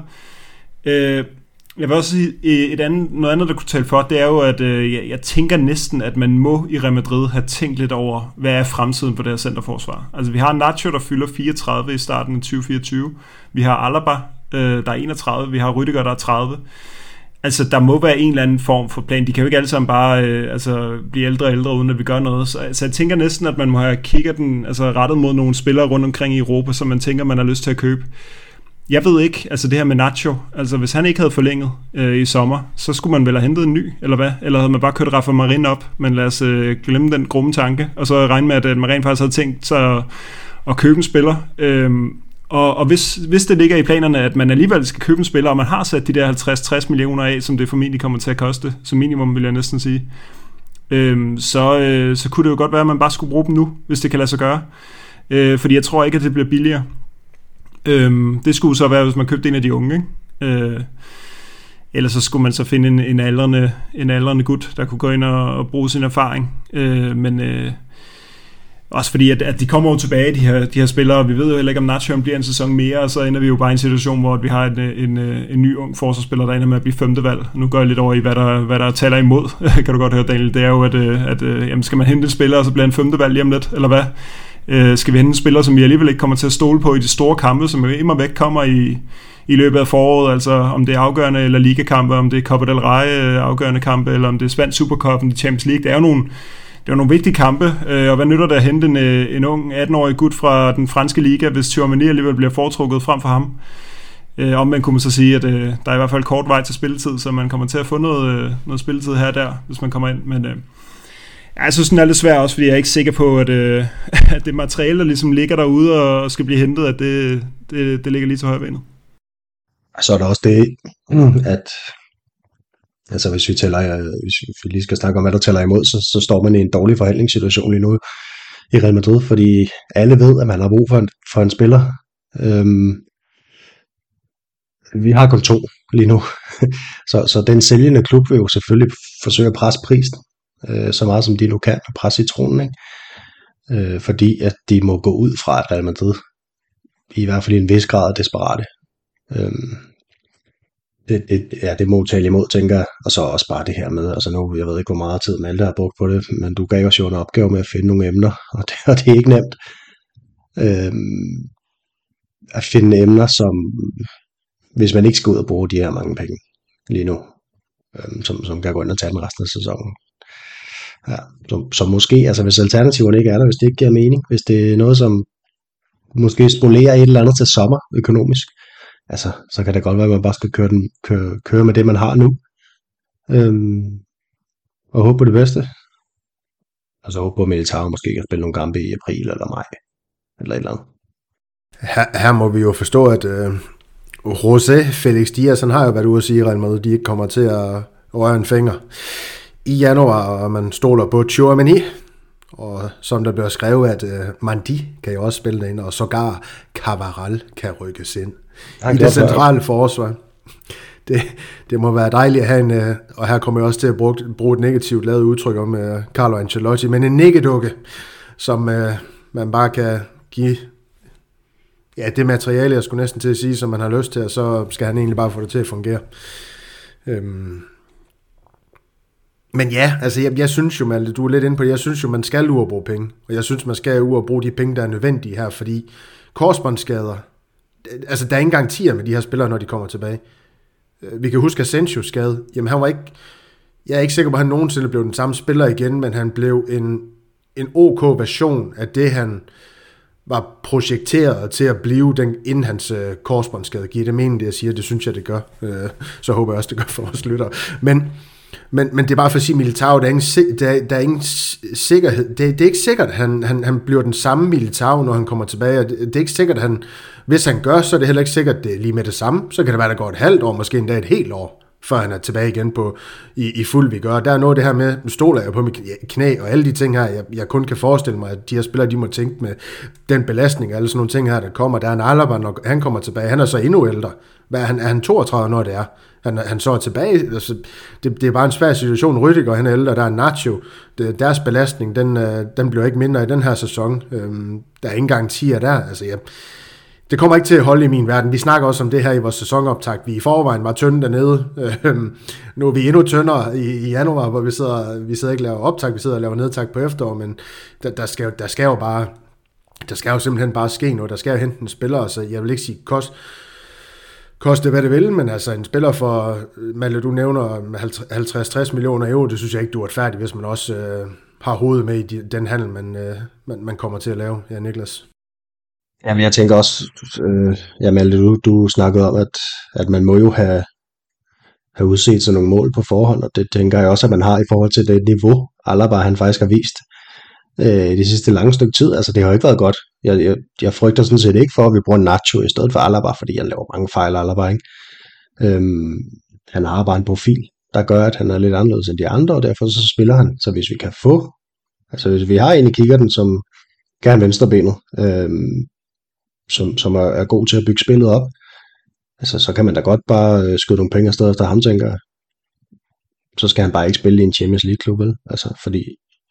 Øh, Jeg vil også sige, et andet, noget andet, der kunne tale for, det er jo, at øh, jeg, jeg tænker næsten, at man må i Real Madrid have tænkt lidt over, hvad er fremtiden for det her centerforsvar. Altså vi har Nacho, der fylder fireogtredive i starten af tyve fireogtyve. Vi har Alaba, øh, der er enogtredive. Vi har Rüdiger, der er tredive. Altså der må være en eller anden form for plan. De kan jo ikke alle sammen bare øh, altså, blive ældre og ældre, uden at vi gør noget. Så altså, jeg tænker næsten, at man må have kigget den altså, rettet mod nogle spillere rundt omkring i Europa, som man tænker, man har lyst til at købe. Jeg ved ikke, altså det her med Nacho, altså hvis han ikke havde forlænget øh, i sommer, så skulle man vel have hentet en ny, eller hvad? Eller havde man bare kørt Rafa Marin op, men lad os øh, glemme den grumme tanke, og så regne med, at Marin faktisk havde tænkt sig at, at købe en spiller. Øhm, og og hvis, hvis det ligger i planerne, at man alligevel skal købe en spiller, og man har sat de der halvtreds til tres millioner af, som det formentlig kommer til at koste, som minimum vil jeg næsten sige, øhm, så, øh, så kunne det jo godt være, at man bare skulle bruge dem nu, hvis det kan lade sig gøre. Øh, fordi jeg tror ikke, at det bliver billigere. Øhm, det skulle så være, hvis man købte en af de unge, ikke? Øh, ellers så skulle man så finde en, en, aldrende, en aldrende gut, der kunne gå ind og, og bruge sin erfaring. Øh, men øh, også fordi, at, at de kommer jo tilbage, de her, de her spillere, vi ved jo heller ikke, om Nacho bliver en sæson mere, og så ender vi jo bare i en situation, hvor vi har en, en, en ny ung forsvarsspiller, der ender med at blive femte valg. Nu går jeg lidt over i, hvad der, hvad der taler imod, kan du godt høre, Daniel. Det er jo, at, at, at jamen, skal man hente en spiller, og så bliver en femte valg lige om lidt, eller hvad? Øh, skal vi hente en spiller, som vi alligevel ikke kommer til at stole på i de store kampe, som jo immer væk kommer i, i løbet af foråret, altså om det er afgørende eller ligakampe, om det er Copa del Rey afgørende kampe, eller om det er Spansk Supercup, det er Champions League. Det er jo nogle, det er jo nogle vigtige kampe, øh, og hvad nytter det at hente en, en ung atten-årig gut fra den franske liga, hvis Tchouaméni alligevel bliver foretrukket frem for ham? Øh, omvendt kunne man så sige, at øh, der er i hvert fald kort vej til spilletid, så man kommer til at få noget, øh, noget spilletid her og der, hvis man kommer ind, men øh, Ja, jeg synes, den er lidt svær også, fordi jeg er ikke sikker på, at, øh, at det materiale, der ligesom ligger derude og skal blive hentet, at det, det, det ligger lige til højrebenet. Så er der også det, at altså hvis vi, tæller, hvis vi lige skal snakke om, hvad der tæller imod, så, så står man i en dårlig forhandlingssituation lige nu i Real Madrid, fordi alle ved, at man har brug for en, for en spiller. Øhm, vi har kun to lige nu, så, så den sælgende klub vil jo selvfølgelig forsøge at presse prisen, øh, så meget som de nu kan, og presse citronen, ikke? Øh, fordi at de må gå ud fra, at Real Madrid i hvert fald i en vis grad er desperate. Øhm, det, det, ja, det må tale imod, tænker jeg. Og så også bare det her med, altså nu, jeg ved ikke, hvor meget tid Malte har brugt på det, men du gav os jo en opgave med at finde nogle emner, og det, og det er ikke nemt. Øhm, at finde emner, som, hvis man ikke skal ud og bruge de her mange penge lige nu, øhm, som, som kan gå ind og tage den resten af sæsonen. Ja, så, så måske, altså hvis alternativerne ikke er der, hvis det ikke giver mening, hvis det er noget, som måske spolerer et eller andet til sommer økonomisk, altså, så kan det godt være, at man bare skal køre, den, køre, køre med det, man har nu. Øhm, og håbe på det bedste. Og så håbe på, at Militao måske kan spille nogle kampe i april eller maj. Eller et eller andet. Her, her må vi jo forstå, at øh, José Felix Diaz, han har jo været ude at sige i Real Madrid, de ikke kommer til at røre en finger i januar, og man stoler på Tchouaméni. Og som der bliver skrevet, at øh, Mandi kan jo også spille derinde, og sågar Cavaral kan rykkes ind i det centrale forsvar. Det, det må være dejligt at have en, øh, og her kommer jeg også til at bruge, bruge et negativt lavet udtryk om øh, Carlo Ancelotti, men en nikkedukke, som øh, man bare kan give ja, det materiale, jeg skulle næsten til at sige, som man har lyst til, og så skal han egentlig bare få det til at fungere. Øhm. Men ja, altså jeg, jeg synes jo, Malte, du er lidt inde på det, jeg synes jo, man skal ud og bruge penge, og jeg synes, man skal ud og bruge de penge, der er nødvendige her, fordi korsbåndsskader, altså der er ingen garantier med de her spillere, når de kommer tilbage. Vi kan huske Asensios skade, jamen han var ikke, jeg er ikke sikker på, at han nogensinde blev den samme spiller igen, men han blev en, en OK version af det, han var projekteret til at blive, den, inden hans øh, korsbåndsskade. Giver det mening, det jeg siger, det synes jeg, det gør. Øh, så håber jeg også, det gør for vores lyttere. Men Men, men det er bare for at sige, Militao, der er ingen, der, der er ingen sikkerhed. Det, det er ikke sikkert, at han, han, han bliver den samme Militao, når han kommer tilbage. Det, det er ikke sikkert, at han, hvis han gør, så er det heller ikke sikkert, at det er lige med det samme. Så kan det være, der går et halvt år, måske endda et helt år, før han er tilbage igen på, i, i fuld vi gør. Der er noget af det her med, nu stoler jeg på mit knæ, og alle de ting her, jeg, jeg kun kan forestille mig, at de her spillere, de må tænke med den belastning, og alle sådan nogle ting her, der kommer. Der er en Alaba, når han kommer tilbage, han er så endnu ældre. Hvad, er, han, er han toogtredive, når det er? Han, han så er tilbage, altså, det, det er bare en svær situation. Rydiger, han er ældre, der er Nacho. Det, deres belastning, den, den bliver ikke mindre i den her sæson. Øhm, der er ingen garantier der. Altså, ja, det kommer ikke til at holde i min verden. Vi snakker også om det her i vores sæsonoptakt. Vi i forvejen var tynde dernede. Øhm, nu er vi endnu tyndere i, i januar, hvor vi sidder, vi sidder ikke laver optakt, vi sidder og laver nedtakt på efterår, men der, der, skal, der skal jo bare, der skal jo simpelthen bare ske noget. Der skal jo hente en spiller, så jeg vil ikke sige kost, koste hvad det vil, men altså en spiller for, Malte, du nævner halvtreds til tres millioner euro, det synes jeg ikke, du er færdig, hvis man også øh, har hovedet med i de, den handel, man, øh, man, man kommer til at lave. Ja, Niklas? Jamen jeg tænker også, øh, ja Malte, du, du snakkede om, at, at man må jo have, have udset sig nogle mål på forhånd, og det tænker jeg også, at man har i forhold til det niveau, Alaba han faktisk har vist øh, det sidste lange stykke tid. Altså det har jo ikke været godt. Jeg, jeg, jeg frygter sådan set ikke for, at vi bruger Nacho i stedet for Alaba, fordi han laver mange fejl Alaba, ikke? Øhm, han har bare en profil, der gør, at han er lidt anderledes end de andre, og derfor så spiller han. Så hvis vi kan få, altså hvis vi har en i kikkerten, som kan have venstrebenet, øhm, som, som er, er god til at bygge spillet op, altså så kan man da godt bare øh, skyde nogle penge afsted efter ham, tænker jeg. Så skal han bare ikke spille i en Champions League-klub, vel? Altså, fordi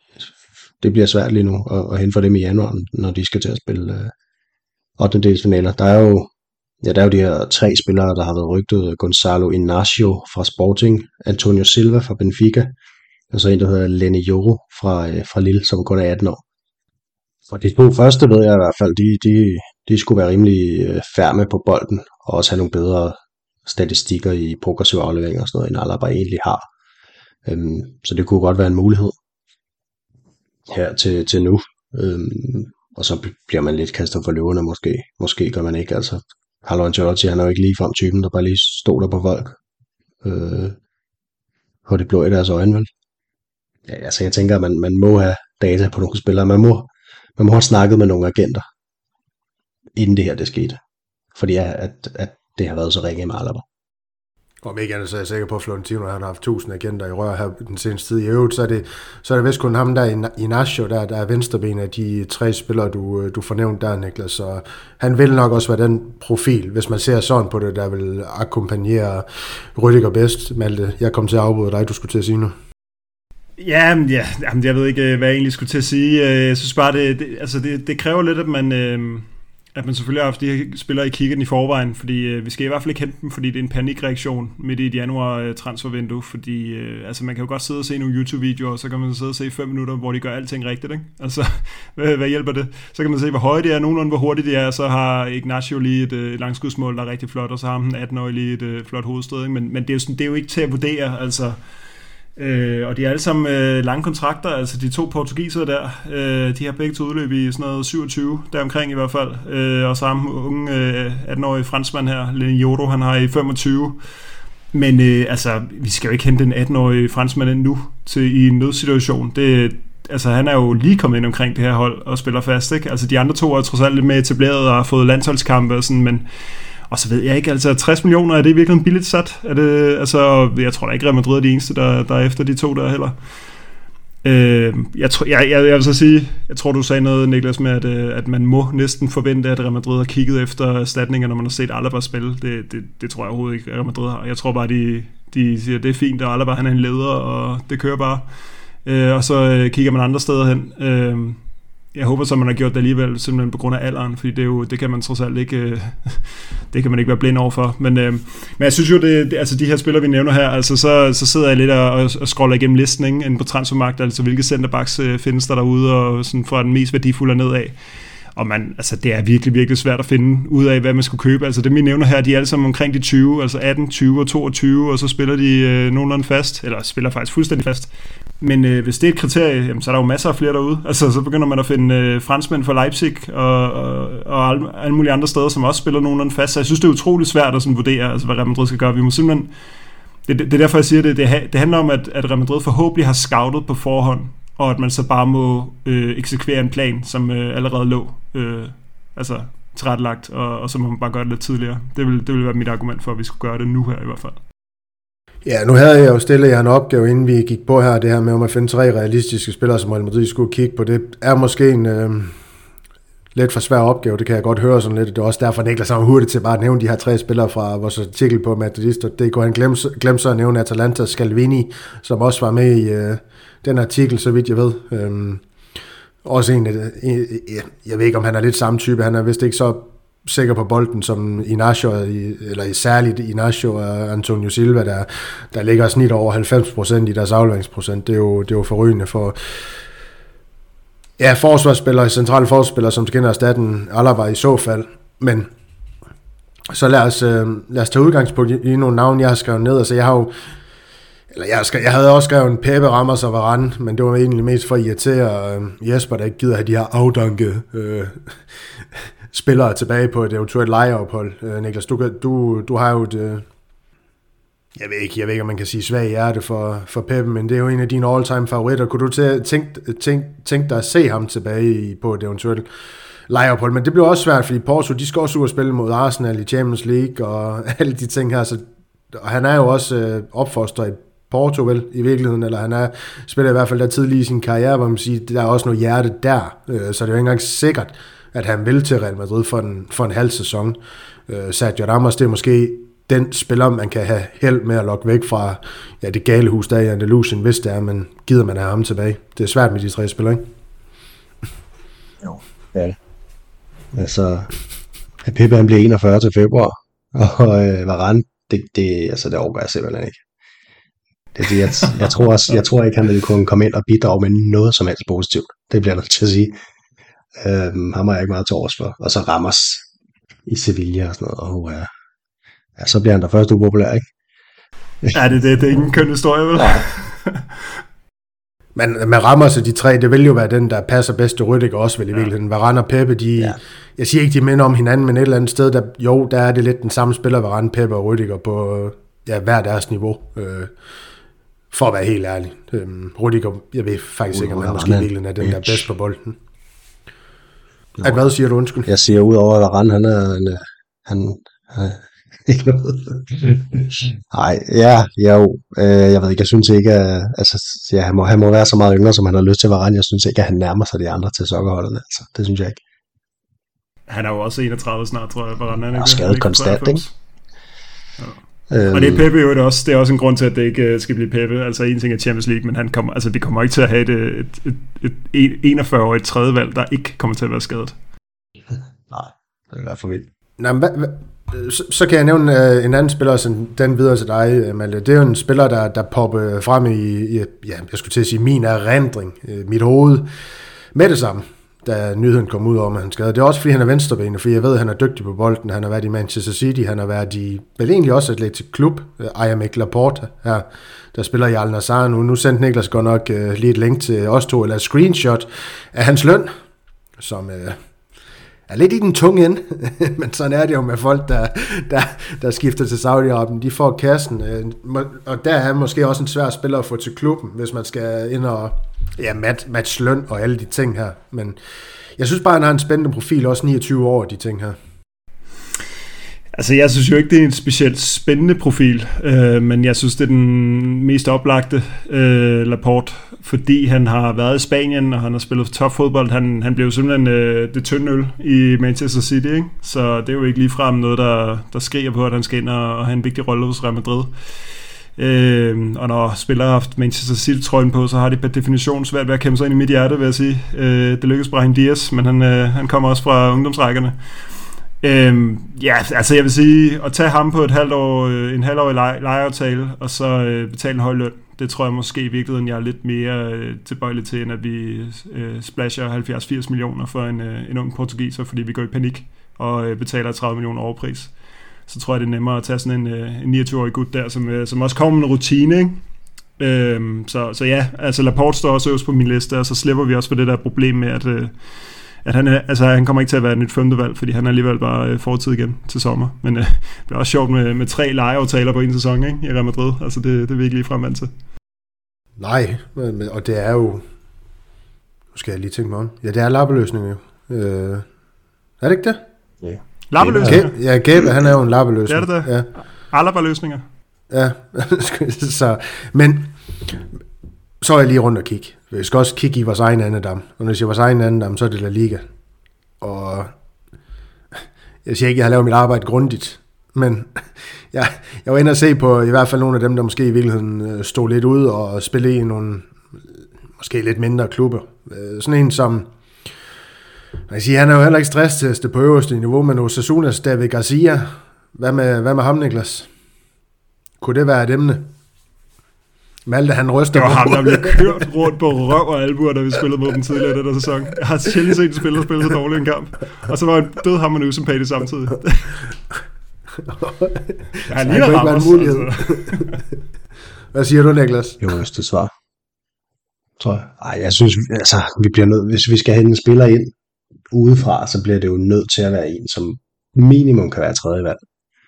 det bliver svært lige nu at, at hente for dem i januar, når de skal til at spille øh, ottendedelsfinaler. Der er jo ja, der er jo de her tre spillere, der har været rygtet. Gonzalo Inacio fra Sporting, Antonio Silva fra Benfica, og så en, der hedder Lene Joro fra, øh, fra Lille, som kun er atten år. Og de to første, ved jeg i hvert fald, de, de, de skulle være rimelig øh, færme på bolden, og også have nogle bedre statistikker i progressive afleveringer og sådan noget, end Alaba egentlig har. Øhm, så det kunne godt være en mulighed her til, til nu. Øhm, og så bliver man lidt kastet for løverne, måske. Måske gør man ikke, altså. Carlo Ancelotti, han er jo ikke ligefrem typen, der bare lige stoler på folk. Øh, og det blå i deres øjne, vel? Ja, altså jeg tænker, at man, man må have data på nogle spillere. Man må, man må have snakket med nogle agenter, inden det her det skete. Fordi at, at det har været så ringe med Alaba. Om ikke andet, så er jeg sikker på, at Florentino han har haft tusind agenter i rør her den seneste tid. I øvrigt, så er det, så er det vist kun ham der i Inacio, der, der er venstreben af de tre spillere, du, du fornævnte der, Niklas. Så han vil nok også være den profil, hvis man ser sådan på det, der vil akkompagnere Rüdiger bedst. Malte, jeg kom til at afbryde dig, du skulle til at sige nu. Ja, ja, jamen, jeg ved ikke, hvad jeg egentlig skulle til at sige. Jeg synes bare, det, det, altså det, det kræver lidt, at man... Øh at man selvfølgelig har haft de her spillere i kiggen i forvejen, fordi øh, vi skal i hvert fald ikke hente dem, fordi det er en panikreaktion midt i et januar øh, transfervindue, fordi øh, altså man kan jo godt sidde og se nogle YouTube-videoer, og så kan man sidde og se fem minutter, hvor de gør alting rigtigt, ikke? Altså, hvad, hvad hjælper det? Så kan man se, hvor høje de er, nogenlunde hvor hurtigt de er, og så har Ignacio lige et, øh, et langskudsmål, der er rigtig flot, og så har han atten-årig lige et øh, flot hovedstød, ikke? Men, men det, er jo sådan, det er jo ikke til at vurdere, altså. Øh, og de er alle sammen øh, lange kontrakter, altså de to portugisere der, øh, de har begge to udløb i sådan noget syvogtyve, deromkring i hvert fald, øh, og så ham unge øh, atten-årige franskmand her, Lenny Jodo, han har i femogtyve, men øh, altså, vi skal jo ikke hente en atten-årige franskmand ind nu til, i en nødsituation. Det, altså, han er jo lige kommet ind omkring det her hold og spiller fast, ikke? Altså de andre to er trods alt lidt mere etableret og har fået landsholdskampe og sådan, men og så ved jeg ikke, altså tres millioner, er det virkelig en billigt sat? Er det, altså, jeg tror da ikke, Real Madrid er de eneste, der, der er efter de to der heller. Øh, jeg, tror, jeg, jeg, jeg vil så sige, jeg tror, du sagde noget, Niklas, med, at, at man må næsten forvente, at Real Madrid har kigget efter erstatninger, når man har set Alaba spille. Det, det, det tror jeg overhovedet ikke, Real Madrid har. Jeg tror bare, de, de siger, det er fint, og Alaba han er en leder, og det kører bare. Øh, og så kigger man andre steder hen. Øh, Jeg håber så, man har gjort det alligevel, simpelthen på grund af alderen, fordi det, er jo, det kan man trods alt ikke, øh, det kan man ikke være blind over for. Men, øh, men jeg synes jo, det, det, altså de her spillere, vi nævner her, altså så, så sidder jeg lidt og, og, og scroller igennem listen, ikke, inde på Transfermarkt, altså hvilke centerbacks øh, findes der derude, og sådan fra den mest værdifulde nedad. Og man, altså det er virkelig, virkelig svært at finde ud af, hvad man skulle købe. Altså det, vi nævner her, de er alle sammen omkring de tyve, altså atten, tyve og toogtyve, og så spiller de øh, nogenlunde fast, eller spiller faktisk fuldstændig fast. Men øh, hvis det er et kriterie, jamen, så er der jo masser af flere derude. Altså så begynder man at finde øh, franskmænd fra Leipzig og, og, og alle mulige andre steder, som også spiller nogenlunde fast. Så jeg synes, det er utroligt svært at sådan vurdere, altså, hvad Real Madrid skal gøre. Vi må simpelthen, det, det er derfor, jeg siger det, det, det handler om, at, at Real Madrid forhåbentlig har scoutet på forhånd, og at man så bare må øh, eksekvere en plan, som øh, allerede lå øh, altså tilrettelagt, og, og så må man bare gøre det lidt tidligere. Det vil, det vil være mit argument for, at vi skulle gøre det nu her i hvert fald. Ja, nu havde jeg jo stillet jer en opgave, inden vi gik på her, det her med om at finde tre realistiske spillere, som Real Madrid skulle kigge på. Det er måske en øh, lidt for svær opgave, det kan jeg godt høre sådan lidt. Det er også derfor, Niklas har hurtigt til bare at nævne de her tre spillere fra vores artikel på Madridista punktum d k. Han glemte, glemte så at nævne Atalanta Scalvini, som også var med i øh, den artikel, så vidt jeg ved. Øhm, også en, en, jeg ved ikke, om han er lidt samme type, han er vist ikke så sikker på bolden som Inacio, eller særligt Inacio og Antonio Silva, der, der ligger snit over halvfems procent i deres afleveringsprocent. Det er jo, det er jo forrygende for ja, forsvarsspillere, centrale forsvarsspillere, som skal erstatte Alaba i så fald. Men så lad os, øh, lad os tage udgangspunkt i, i nogle navne, jeg har skrevet ned. Altså jeg har jo Eller jeg, skrev, jeg havde også skrevet en Pepe, Ramos og Varane, men det var egentlig mest for at irritere øh, Jesper, der ikke gider have de her afdankede øh, spillere tilbage på et eventuelt lejeophold. Øh, Niklas, du, du, du har jo et, øh, jeg ved ikke, jeg ved ikke, om man kan sige svag hjerte for, for Pepe, men det er jo en af dine all-time favoritter. Kunne du tænke tænk, tænk dig at se ham tilbage i, på et eventuelt lejeophold? Men det bliver også svært, fordi Porto, de skal også ud og spille mod Arsenal i Champions League og alle de ting her, så og han er jo også øh, opfostret i Porto vel, i virkeligheden, eller han er, spiller i hvert fald der tidlig i sin karriere, hvor man siger, der er også noget hjerte der, øh, så det er jo ikke engang sikkert, at han vil til Real Madrid for en, for en halv sæson. Øh, Sergio Ramos, det er måske den spiller, man kan have held med at lokke væk fra ja, det gale hus der i Andalusien, hvis det er, men gider man have ham tilbage. Det er svært med de tre spillere, ikke? Jo, det er det. Altså, Pepe han bliver enogfyrre til februar, og øh, Varane, det, det, altså, det overgår jeg simpelthen ikke. Det, det, jeg, jeg, tror også, jeg tror ikke, han ville kunne komme ind og bidrage med noget som helst positivt. Det bliver jeg nødt til at sige. Øhm, ham har jeg ikke meget til års for. Og så Ramos i Sevilla og sådan noget. Og, ja. Ja, så bliver han der først upopulær, ikke? Ja, det, det, det er ikke en køn historie, vel? Ja. Men med Ramos og de tre, det vil jo være den, der passer bedst til Rüdiger også, vel i virkeligheden. Varane og Pepe, de, ja. Jeg siger ikke, de minder om hinanden, men et eller andet sted, der, jo, der er det lidt den samme spiller, Varane, Pepe og Rüdiger på ja, hver deres niveau. Øh, For at være helt ærlig. Øhm, Rudiger, jeg ved faktisk ikke, om han måske virkelig er den, der er bedst på bolden. Nå. At hvad siger du, undskyld? Jeg siger ud over, at Varane, han er en, han, han ikke noget. Nej, ja, jo, øh, jeg ved ikke, jeg synes ikke, at, altså, ja, han, må, han må være så meget yngre, som han har lyst til Varane. Jeg synes ikke, at han nærmer sig de andre til sokkerholderne, altså, det synes jeg ikke. Han er jo også enogtredive snart, tror jeg, Varane. Han er skadet konstant, ikke? Ja. Øhm. Og det er Pepe jo det også. Det er også en grund til, at det ikke skal blive Pepe. Altså en ting er Champions League, men han kommer, altså, vi kommer ikke til at have et, et, et, et, et enogfyrre-årigt tredje valg, der ikke kommer til at være skadet. Nej, det er i hvert fald vildt. Nej, men, hva, så, så kan jeg nævne uh, en anden spiller, som den videre til dig, Malte. Det er jo en spiller, der, der popper frem i, i, ja, jeg skulle til at sige, min erindring, uh, mit hoved, med det samme, da nyheden kom ud om, at han skadede. Det er også, fordi han er venstrebenet, fordi jeg ved, at han er dygtig på bolden. Han har været i Manchester City, han har været i, vel egentlig også Athletic Klub, Aymeric Laporte her, der spiller i Al Nassr nu. Nu sendte Niklas godt nok uh, lige et link til os to, eller et screenshot af hans løn, som uh, er lidt i den tunge ende, men sådan er det jo med folk, der, der, der skifter til Saudi-Arabien. De får kassen, uh, og der er måske også en svær spiller at få til klubben, hvis man skal ind og ja, match, match løn og alle de ting her. Men jeg synes bare, han har en spændende profil, også niogtyve år, de ting her. Altså, jeg synes jo ikke, det er en specielt spændende profil, øh, men jeg synes, det er den mest oplagte øh, Laporte, fordi han har været i Spanien, og han har spillet topfodbold. Han, han blev jo simpelthen øh, det tynde øl i Manchester City, ikke? Så det er jo ikke ligefrem noget, der, der skriger på, at han skal ind og, og have en vigtig rolle hos Real Madrid. Øh, og når spillere har haft Manchester City-trøjen på, så har de per definition svært ved at kæmpe sig ind i mit hjerte, vil jeg sige. Øh, det lykkedes Brahim Diaz, men han, øh, han kommer også fra ungdomsrækkerne. Øhm, ja, altså jeg vil sige, at tage ham på et halvt år, en halvårig lejeaftale, og så øh, betale en høj løn, det tror jeg måske i virkeligheden, jeg er lidt mere øh, tilbøjelig til, end at vi øh, splasher halvfjerds til firs millioner for en, øh, en ung portugiser, fordi vi går i panik og øh, betaler tredive millioner overpris. Så tror jeg, det er nemmere at tage sådan en, øh, en niogtyve-årig gut der, som, øh, som også kommer med en rutine, ikke? Øhm, så, så ja, altså Laporte står også øverst på min liste, og så slipper vi også for det der problem med, at øh, at han, er, altså, han kommer ikke til at være et nyt femte valg, fordi han er alligevel bare øh, fortid igen til sommer. Men øh, det bliver også sjovt med, med tre lejeaftaler på en sæson, ikke? I Real Madrid. Altså det, det er virkelig fremvand til. Nej, men, og det er jo... Nu skal jeg lige tænke mig om. Ja, det er lappeløsninger jo. Øh, er det ikke det? Ja. Lappeløsninger? Ja, Gabe, han er jo en lappeløsning. Det er det der. Ja. Alaba-løsninger. Ja, så... Men... Så er jeg lige rundt og kigge. Vi skal også kigge i vores egen andedam. Og når jeg siger vores egen andedam, så er det La Liga. Og jeg siger ikke, at jeg har lavet mit arbejde grundigt. Men jeg, jeg var inde og se på i hvert fald nogle af dem, der måske i virkeligheden stod lidt ude og spille i nogle måske lidt mindre klubber. Sådan en som... Jeg siger, han er jo heller ikke stresstestet på øverste niveau, men Osasunas David Garcia. Hvad med, hvad med ham, Niklas? Kunne det være et emne? Malte, han ryster. Det var ham, der blev kørt rundt på røv og albuer, da vi spillede mod den tidligere den der sæson. Jeg har sjældent set en spiller spille så dårligt en kamp. Og så var han død ham og usympatisk samtidig. Ja, han ligner ham også. Altså. Hvad siger du, Niklas? Jo, hvis det svar. Tror jeg. Ej, jeg synes, altså, vi bliver nødt, hvis vi skal have en spiller ind udefra, så bliver det jo nødt til at være en, som minimum kan være tredje valg.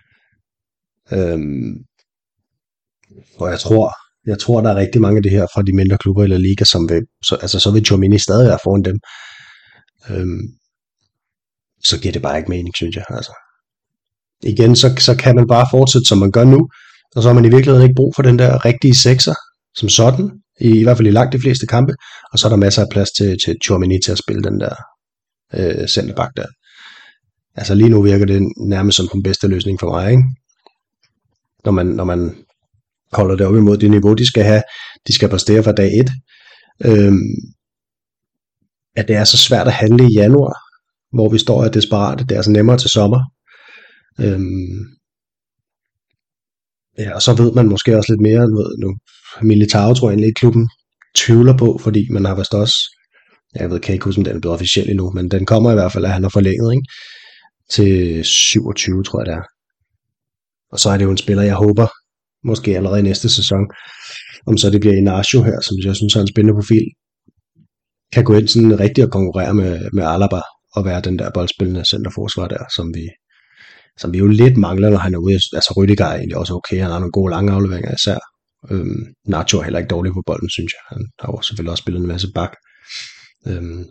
Øhm, og jeg tror, Jeg tror, der er rigtig mange af det her fra de mindre klubber i La Liga, som vil, så, altså så vil Tchouaméni stadig være foran dem. Øhm, så giver det bare ikke mening, synes jeg. Altså. Igen, så, så kan man bare fortsætte, som man gør nu, og så har man i virkeligheden ikke brug for den der rigtige sekser, som sådan, i, i hvert fald i langt de fleste kampe, og så er der masser af plads til, til Tchouaméni til at spille den der øh, centerback der. Altså lige nu virker det nærmest som den bedste løsning for mig, ikke? Når man, når man holder det op imod det niveau, de skal have, de skal præstere fra dag et, øhm, at det er så svært at handle i januar, hvor vi står og er desperate. Det er så nemmere til sommer. Øhm, ja, og så ved man måske også lidt mere, ved, nu Militao tror jeg egentlig, klubben tvivler på, fordi man har vist også, jeg ved kan ikke huske, om den er blevet officiel endnu, men den kommer i hvert fald, at han har forlænget, ikke? Til syvogtyve, tror jeg det er. Og så er det jo en spiller, jeg håber, måske allerede i næste sæson, om så det bliver Inacio her, som jeg synes er en spændende profil, kan gå ind sådan rigtig og konkurrere med, med Alaba, og være den der boldspillende centerforsvar der, som vi, som vi jo lidt mangler, når han er ude. Altså Rüdiger er egentlig også okay, han har nogle gode lange afleveringer især, Øhm, Nacho er heller ikke dårlig på bolden, synes jeg. Han har jo selvfølgelig også spillet en masse bak. Øhm,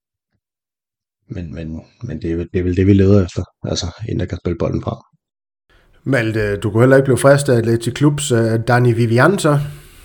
men, men, men det, er, det er vel det, vi leder efter. Altså, en, der kan spille bolden fra. Malte, du kunne heller ikke blive fristet af Athletic Klubs uh, Dani Vivian, så?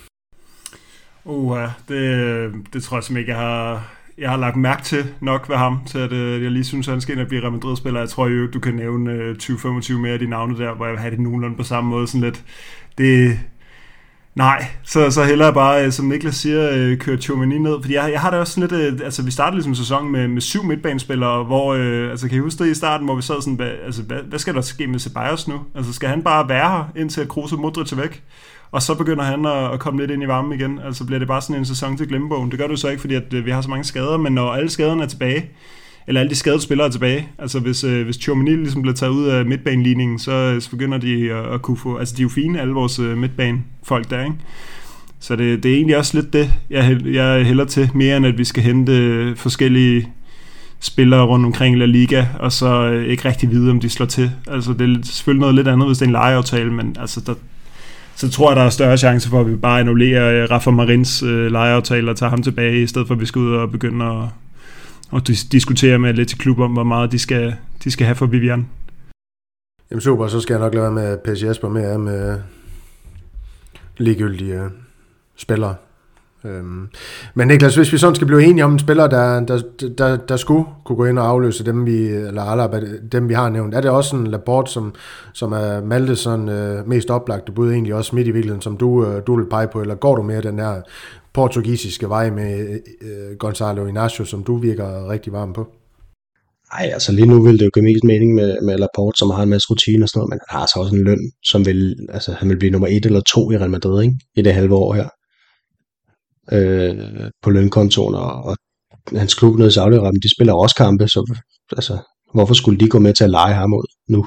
Uh, det, det tror jeg simpelthen ikke, jeg har, jeg har lagt mærke til nok ved ham, til at uh, jeg lige synes, at han skal ind og blive Real Madrid-spiller. Jeg tror jo, du kan nævne uh, tyve til femogtyve mere af de navne der, hvor jeg vil have det nogenlunde på samme måde. Sådan lidt. Det... Nej, så, så hellere bare, som Niklas siger, køre Tchouaméni ned, fordi jeg, jeg har da også sådan lidt, altså vi startede ligesom sæsonen med, med syv midtbanespillere, hvor, øh, altså kan I huske det i starten, hvor vi sad sådan, hvad, altså hvad, hvad skal der ske med Ceballos nu? Altså skal han bare være her, indtil at Kroos og Modric er væk, og så begynder han at, at komme lidt ind i varmen igen, altså bliver det bare sådan en sæson til glemmebogen. Det gør det jo så ikke, fordi at, øh, vi har så mange skader, men når alle skaderne er tilbage, eller alle de skadede spillere er tilbage. Altså hvis, øh, hvis Tchouaméni ligesom bliver taget ud af midtbaneligningen, så, så begynder de at, at kunne få... Altså de er jo fine, alle vores øh, midtbanefolk der, ikke? Så det, det er egentlig også lidt det, jeg, jeg hælder til, mere end at vi skal hente forskellige spillere rundt omkring La Liga, og så øh, ikke rigtig vide, om de slår til. Altså det er selvfølgelig noget lidt andet, hvis det er en lejeaftale, men altså der, så tror jeg, der er større chance for, at vi bare annullerer øh, Rafa Marins øh, lejeaftale og tager ham tilbage, i stedet for at vi skal ud og begynde at og diskutere med Athletic Klub om, hvor meget de skal, de skal have for Vivian. Jamen super, så skal jeg nok lade være med P C Jesper med, med ligegyldige spillere. Øhm. Men Niklas, hvis vi sådan skal blive enige om en spiller, der, der, der, der skulle kunne gå ind og afløse dem, vi, eller Alaba, dem, vi har nævnt, er det også en Laporte, som, som er Maltes sådan, øh, mest oplagte bud, egentlig også midt i virkeligheden, som du, øh, du vil pege på, eller går du mere den her portugisiske vej med øh, Gonzalo Inacio, som du virker rigtig varm på? Nej, altså lige nu vil det jo give mest mening med, med Laporte, som har en masse rutine og sådan noget, men han har altså også en løn, som vil, altså han vil blive nummer et eller to i Real Madrid, ikke? I det halve år her. Øh, på lønkontoen, og, og hans klub nede i Saudi-Arabien, de spiller også kampe, så altså, hvorfor skulle de gå med til at lege ham ud nu?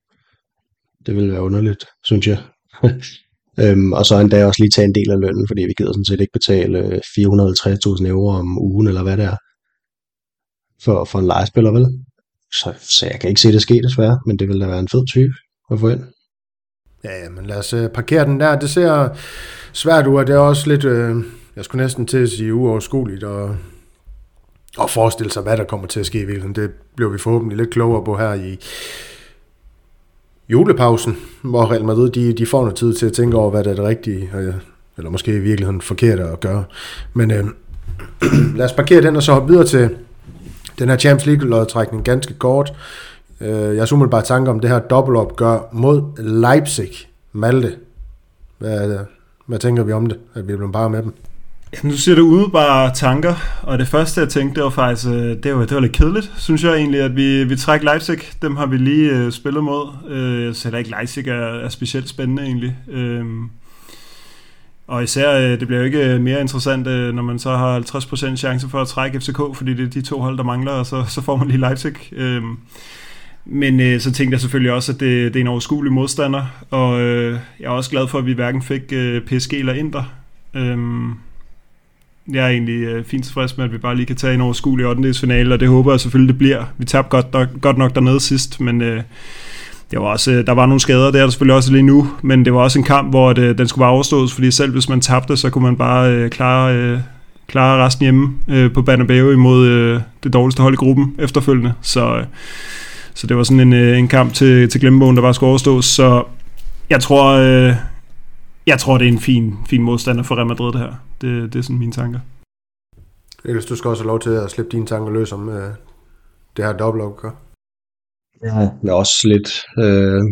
Det ville være underligt, synes jeg. øhm, og så endda også lige tage en del af lønnen, fordi vi gider sådan set ikke betale fire hundrede og halvtreds tusind euro om ugen, eller hvad det er, for, for en legespiller, vel? Så, så jeg kan ikke se det ske, desværre, men det ville da være en fed type at få ind. Ja, men lad os uh, parkere den der. Det ser svært ud, og det er også lidt, uh, jeg skulle næsten til at sige uoverskueligt, og, og forestille sig, hvad der kommer til at ske i virkeligheden. Det bliver vi forhåbentlig lidt klogere på her i julepausen, hvor Real Madrid, de, de får noget tid til at tænke over, hvad der er det rigtige, eller måske i virkeligheden forkerte at gøre. Men uh, lad os parkere den, og så hoppe videre til den her Champions League-lodtrækning ganske kort. Jeg har umiddelbart tanker om det her dobbeltopgør mod Leipzig. Malte, hvad, hvad tænker vi om det, at vi bliver bare med dem? Ja, nu siger du umiddelbare tanker, og det første jeg tænkte, det var faktisk, det var, det var lidt kedeligt, synes jeg egentlig, at vi, vi trækker Leipzig. Dem har vi lige uh, spillet mod. Uh, så heller ikke Leipzig er, er specielt spændende egentlig. Uh, og især, uh, det bliver jo ikke mere interessant, uh, når man så har halvtreds procent chance for at trække F C K, fordi det er de to hold, der mangler, og så, så får man lige Leipzig. Uh, Men øh, så tænkte jeg selvfølgelig også, at det, det er en overskuelig modstander, og øh, jeg er også glad for, at vi hverken fik øh, P S G eller Inter. Øhm, jeg er egentlig øh, fint tilfreds med, at vi bare lige kan tage en overskuelig ottendedelsfinale, og det håber jeg selvfølgelig, det bliver. Vi tabte godt nok, godt nok dernede sidst, men øh, det var også, øh, der var nogle skader, det er der selvfølgelig også lige nu, men det var også en kamp, hvor det, den skulle bare overstås, fordi selv hvis man tabte, så kunne man bare øh, klare... Øh, klare resten hjemme øh, på Bernabeu imod øh, det dårligste hold i gruppen efterfølgende, så... Øh, Så det var sådan en, en kamp til, til glemmebogen, der bare skulle overstås. Så jeg tror, øh, jeg tror det er en fin, fin modstander for Real Madrid, det her. Det, det er sådan mine tanker. Ellers du skal også have lov til at slippe dine tanker løs om øh, det her dobbeltopgør. Ja, men også lidt... Øh,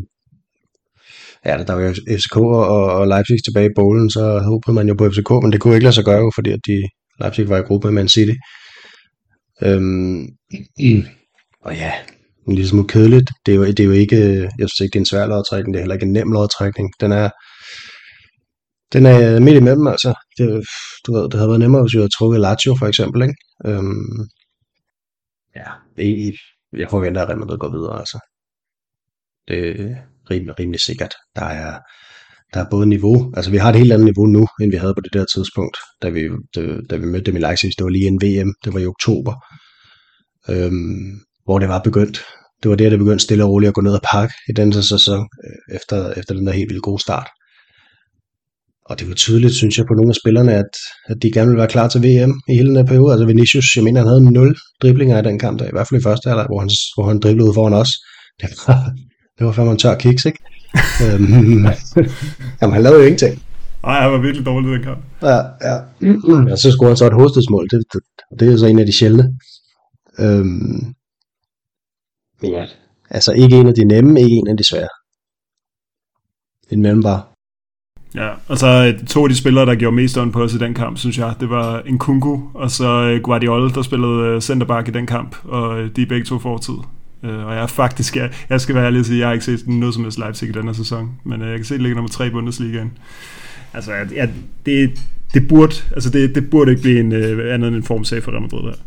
ja, der var jo F C K og, og Leipzig tilbage i bowlen, så håbede man jo på F C K, men det kunne ikke lade sig gøre, fordi at de, Leipzig var i gruppe med Man City. Øhm, mm. Og ja... ligesom kedeligt. Det er, jo, det er jo ikke, jeg synes ikke, det er en svær lodtrækning, det er heller ikke en nem lodtrækning. Den er, den er midt imellem, altså. Det, du ved, det havde været nemmere, hvis vi havde trukket Lazio, for eksempel, ikke? Øhm, ja, det, jeg forventer, at Real Madrid går videre, altså. Det er rimelig, rimelig sikkert. Der er, der er både niveau, altså vi har et helt andet niveau nu, end vi havde på det der tidspunkt, da vi, da, da vi mødte dem i Leipzig. Det var lige en V M, det var i oktober. Øhm, hvor det var begyndt. Det var der, det begyndte stille og roligt at gå ned og pakke i den sæson, efter, efter den der helt vildt gode start. og det var tydeligt, synes jeg, på nogle af spillerne, at, at de gerne ville være klar til V M i hele den her periode. Altså Vinicius, jeg mener, han havde nul driblinger i den kamp, der, i hvert fald i første halvleg, hvor han, hvor han driblede ud foran os. Det var, det var fandme en tør kiks, ikke? øhm, jamen, han lavede jo ingenting. Nej, han var virkelig dårlig den kamp. Ja, ja. Og så scorede han så et hovedstødsmål. Det, det, det er så en af de sjældne. Øhm, men ja, altså ikke en af de nemme, ikke en af de svære. En mellembar. Ja, og så to af de spillere, der gjorde mest on på os i den kamp, synes jeg, det var Nkunku og så Guardiola, der spillede centerback i den kamp, og de er begge to fortid. Og jeg er faktisk, jeg, jeg skal være ærlig at sige, jeg har ikke set noget som helst Leipzig i den her sæson, men jeg kan se, at det ligger nummer tre i Bundesligaen. Altså, ja, det, det, burde, altså det, det burde ikke blive en uh, andet end en formsag for Real Madrid der.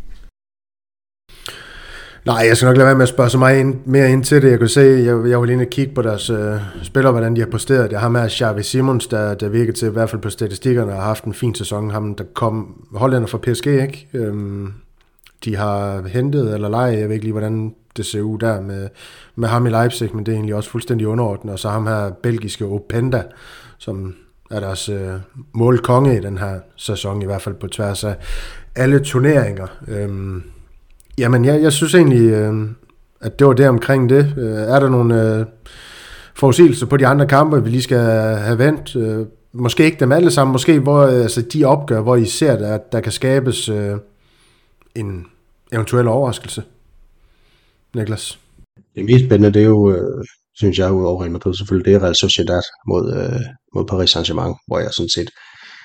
Nej, jeg skal nok lade være med at spørge så meget ind, mere ind til det. Jeg kunne se, jeg, jeg var lige inde og kigge på deres øh, spillere, hvordan de har præsteret. Jeg har med Xavi Simons, der, der virker til, i hvert fald på statistikkerne, har haft en fin sæson. Ham, der kom hollænder fra P S G, ikke? Øhm, de har hentet eller lejet, jeg ved ikke lige, hvordan det ser ud der med, med ham i Leipzig, men det er egentlig også fuldstændig underordnet. Og så ham her belgiske Openda, som er deres øh, målkonge i den her sæson, i hvert fald på tværs af alle turneringer. Øhm, Jamen, jeg, jeg synes egentlig, øh, at det var det omkring det. Øh, er der nogle øh, forudsigelser på de andre kampe, vi lige skal have vendt? Øh, måske ikke dem alle sammen, måske hvor, altså, de opgør, hvor I ser, at der kan skabes øh, en eventuel overraskelse. Niklas? Det mest spændende, det er jo, øh, synes jeg, ud over Real Madrid selvfølgelig, det er Real Sociedad mod, øh, mod Paris Saint-Germain, hvor jeg sådan set,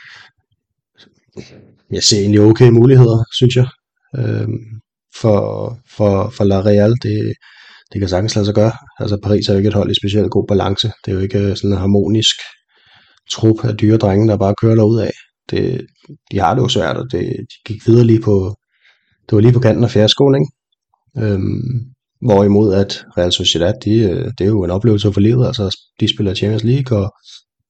jeg ser egentlig okay muligheder, synes jeg. Øh, For, for, for La Real, det, det kan sagtens lade sig gøre. Altså Paris er jo ikke et hold i specielt god balance. Det er jo ikke sådan en harmonisk trup af dyre drenge, der bare kører derud af. Det, de har det jo svært, og det, de gik videre lige på, det var lige på kanten af fiaskoen, ikke? Øhm, hvorimod at Real Sociedad, de, det er jo en oplevelse for livet. Altså de spiller Champions League, og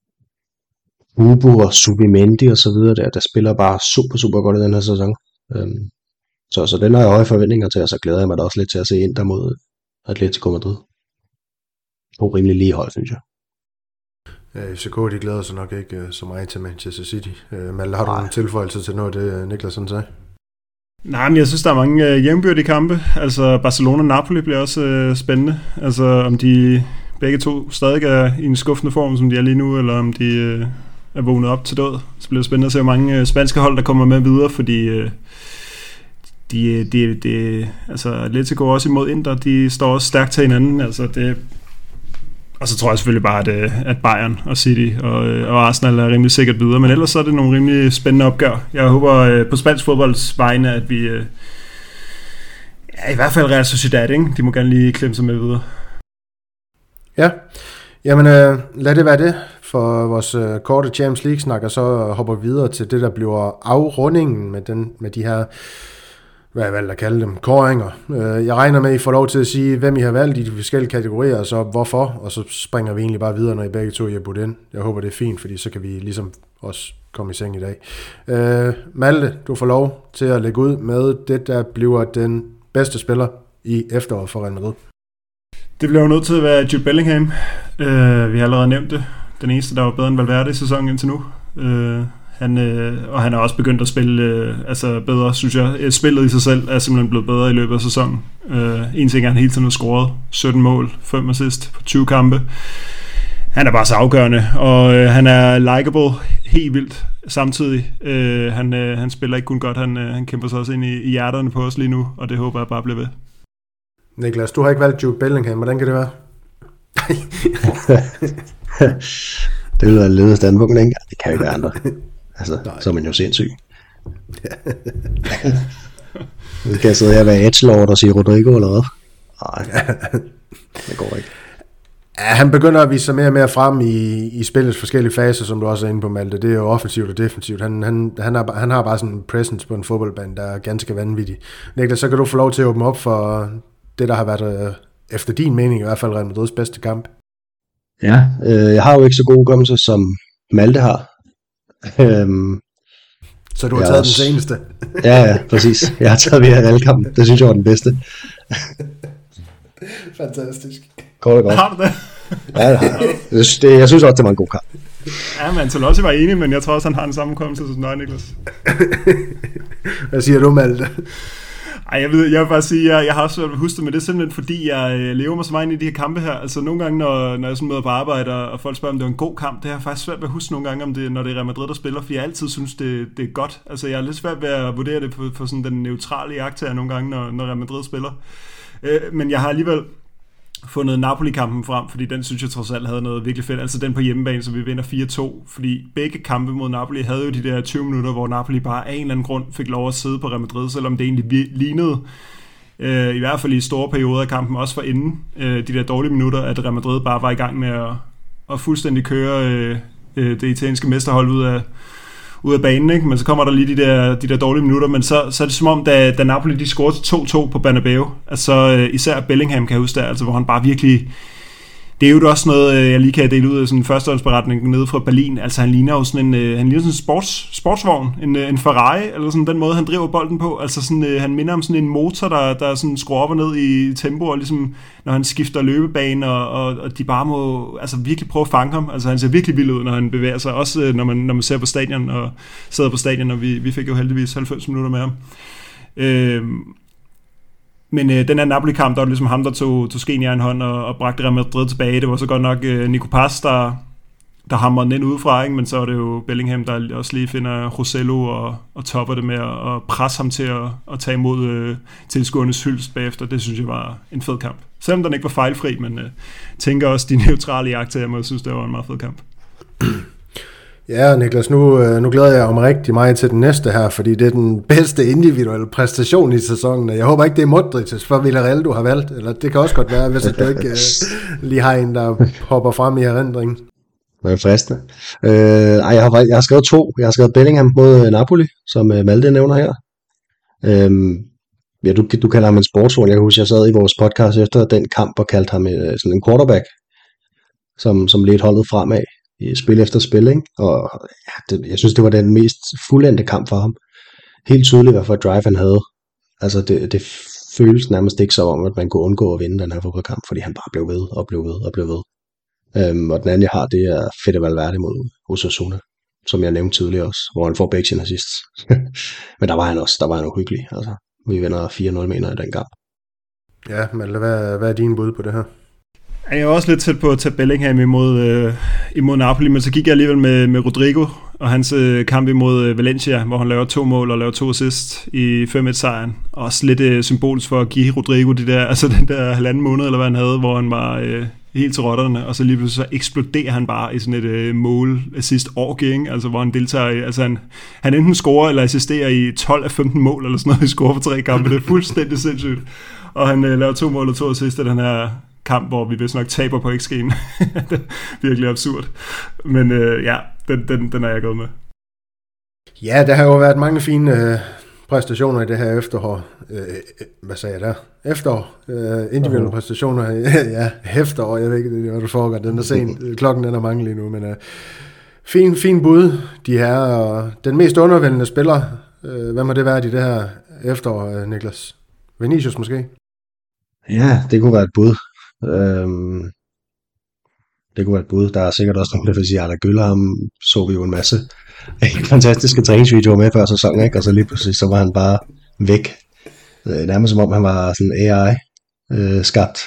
Ubu og Subimendi og så videre, der, der spiller bare super, super godt i den her sæson. Øhm, Så, så den har jeg høje forventninger til, og så glæder jeg mig da også lidt til at se ind der mod Atletico Madrid. To rimelig lige hold, synes jeg. Ja, F C K, de glæder sig nok ikke så meget til Manchester City. Malte, har du nogle tilføjelser til noget af det, Niklas sådan sagde? Nej, men jeg synes, der er mange hjemmebyrdige kampe. Altså Barcelona-Napoli bliver også øh, spændende. Altså om de begge to stadig er i en skuffende form, som de er lige nu, eller om de øh, er vågnet op til død. Så bliver det spændende at se, hvor mange øh, spanske hold, der kommer med videre, fordi... Øh, De, de, de, altså Atletico også imod Inter, de står også stærkt til hinanden, altså det, og så tror jeg selvfølgelig bare, at, at Bayern og City og, og Arsenal er rimelig sikkert videre, men ellers så er det nogle rimelig spændende opgør. Jeg håber på spansk fodbolds vegne, at vi, ja, i hvert fald Real Sociedad, ikke? De må gerne lige klemme sig med videre. Ja, jamen øh, lad det være det for vores øh, korte Champions League-snak, og så hopper vi videre til det, der bliver afrundingen med, den, med de her, hvad jeg valgte at kalde dem, kåringer. Jeg regner med, at I får lov til at sige, hvem I har valgt i de forskellige kategorier, og så hvorfor, og så springer vi egentlig bare videre, når I begge to I har budt ind. Jeg håber, det er fint, fordi så kan vi ligesom også komme i seng i dag. Uh, Malte, du får lov til at lægge ud med det, der bliver den bedste spiller i efteråret for Real Madrid. Det bliver jo nødt til at være Jude Bellingham. Uh, vi har allerede nævnt det. Den eneste, der var bedre end Valverde i sæsonen indtil nu. Uh, Han, øh, og han er også begyndt at spille øh, altså bedre, synes jeg. Spillet i sig selv er simpelthen blevet bedre i løbet af sæsonen. Øh, en ting er, han hele tiden har scoret sytten mål, fem assist på tyve kampe. Han er bare så afgørende, og øh, han er likeable helt vildt samtidig. Øh, han, øh, han spiller ikke kun godt, han, øh, han kæmper sig også ind i, i hjerterne på os lige nu, og det håber jeg bare bliver ved. Niklas, du har ikke valgt Jude Bellingham. Hvordan kan det være? Det vil være ledet standpunkt, ikke? Det kan jo ikke være andre. Altså, nej. Så er man jo sindssyg. Nu kan jeg sidde her og være edgelord og sige Rodrigo eller hvad? Nej, det går ikke. Ja, han begynder at vise sig mere og mere frem i, i spillets forskellige faser, som du også er inde på, Malte. Det er jo offensivt og defensivt. Han, han, han, har, han har bare sådan en presence på en fodboldbane, der er ganske vanvittig. Niklas, så kan du få lov til at åbne op for det, der har været, efter din mening, i hvert fald Real Madrids bedste kamp. Ja, øh, jeg har jo ikke så god hukommelse, som Malte har. Øhm, så du har taget også den seneste? Ja, ja, præcis. Jeg har taget Villarreal-kampen. Det synes jeg var den bedste. Fantastisk. Kort og godt. Har du det? Ja, det har jeg. Det, jeg synes også, det var en god kamp. Ja, men Ancelotti var enig, men jeg tror også, han har den samme kommelse som dig, Niklas. Hvad siger du, Malte? Ej, jeg, ved, jeg vil bare sige, jeg, jeg har også svært ved at huske det, men det er simpelthen fordi, jeg lever mig så meget ind i de her kampe her. Altså nogle gange, når, når jeg sådan møder på arbejde, og folk spørger, om det var en god kamp, det har jeg faktisk svært ved at huske nogle gange, om det, når det er Real Madrid, der spiller, fordi jeg altid synes, det, det er godt. Altså jeg er lidt svært ved at vurdere det på, på sådan den neutrale jagttager nogle gange, når, når Real Madrid spiller. Øh, men jeg har alligevel fundet Napoli-kampen frem, fordi den synes jeg trods alt havde noget virkelig fedt. Altså den på hjemmebane, så vi vinder fire to, fordi begge kampe mod Napoli havde jo de der tyve minutter, hvor Napoli bare af en eller anden grund fik lov at sidde på Real Madrid, selvom det egentlig lignede, øh, i hvert fald i store perioder af kampen, også for inden øh, de der dårlige minutter, at Real Madrid bare var i gang med at, at fuldstændig køre øh, det italienske mesterhold ud af ud af banen, ikke? Men så kommer der lige de der, de der dårlige minutter, men så, så er det som om, da, da Napoli de scorede til to to på Bernabeu, altså øh, især Bellingham kan jeg huske der, altså hvor han bare virkelig, det er jo også noget, jeg lige kan dele ud af sådan en førstehåndsberetning nede fra Berlin, altså han ligner jo sådan en, øh, han ligner sådan en sports, sportsvogn, en, en Ferrari, eller sådan den måde, han driver bolden på, altså sådan, øh, han minder om sådan en motor, der, der sådan skruer op og ned i tempo, og ligesom når han skifter løbebane, og, og, og de bare må altså virkelig prøve at fange ham, altså han ser virkelig vild ud, når han bevæger sig, også øh, når, man, når man ser på stadion, og sidder på stadion, og vi, vi fik jo heldigvis halvfems minutter med ham. Øh, Men øh, den her Napoli-kamp, der var ligesom ham, der tog, tog skeen i en hånd og, og bragte Real Madrid tilbage. Det var så godt nok øh, Nico Paz, der, der hamrede den ind udefra, ikke? Men så er det jo Bellingham, der også lige finder Rosello og, og topper det med at, at presse ham til at, at tage imod øh, tilskuernes hyldest bagefter. Det synes jeg var en fed kamp. Selvom den ikke var fejlfri, men øh, tænker også de neutrale jagttager, jeg må synes, det var en meget fed kamp. Ja, Niklas, nu, nu glæder jeg mig rigtig meget til den næste her, fordi det er den bedste individuelle præstation i sæsonen. Jeg håber ikke, det er Modric for Villarreal, du har valgt, eller det kan også godt være, hvis du ikke uh, lige har en, der hopper frem i erindringen. Det er fristende. Øh, ej, jeg, har, jeg har skrevet to. Jeg har skrevet Bellingham mod Napoli, som uh, Malte nævner her. Øh, ja, du, du kalder ham en sportsvogn. Jeg kan huske, jeg sad i vores podcast efter den kamp og kaldte ham uh, sådan en quarterback, som, som ledte holdet fremad i spil efter spil, ikke? Og ja, det, jeg synes, det var den mest fuldendte kamp for ham. Helt tydeligt, hvad for et drive han havde. Altså, det, det føles nærmest ikke så om, at man kunne undgå at vinde den her fodboldkamp, fordi han bare blev ved og blev ved og blev ved. Øhm, og den anden, jeg har, det er Fede Valverde mod Osasuna, som jeg nævnte tidligere også, hvor han får begge sine assists. Men der var han også, der var han uhyggelig. Altså, vi vinder fire nul mener i den kamp. Ja, men hvad, hvad er din bud på det her? Jeg er også lidt tæt på at tage Bellingham imod, øh, imod Napoli, men så gik jeg alligevel med, med Rodrigo og hans øh, kamp imod øh, Valencia, hvor han laver to mål og laver to assist i fem et sejren. Også lidt øh, symbolisk for at give Rodrigo de der, altså den der halvanden måned, eller hvad han havde, hvor han var øh, helt til rotterne, og så lige pludselig så eksploderer han bare i sådan et øh, mål-assist-orgie, altså hvor han deltager i, altså han, han enten scorer eller assisterer i tolv af femten mål, eller sådan noget, i scorer for tre kampe, det er fuldstændig sindssygt. Og han øh, laver to mål og to assist i den her kamp, hvor vi vist nok taber på X G'en. Det er virkelig absurd. Men øh, ja, den, den, den er jeg gået med. Ja, der har jo været mange fine øh, præstationer i det her efterår. Øh, hvad sagde jeg der? Efterår. Øh, individuelle uh-huh. præstationer. Ja, efterår. Jeg ved ikke, hvad du foregår. Den er sent. Klokken den er mange lige nu. Men øh, fin, fin bud, de her. Og den mest undervældende spiller. Øh, hvad må det være i det her efterår, Niklas? Vinicius måske? Ja, det kunne være et bud. Øhm, det kunne være et bud. Der er sikkert også nogen, der vil sige, at Arda Güler, ham så vi jo en masse fantastiske træningsvideoer med før sæsonen, ikke? Og så lige pludselig, så var han bare væk. Nærmest som om han var sådan A I øh, skabt.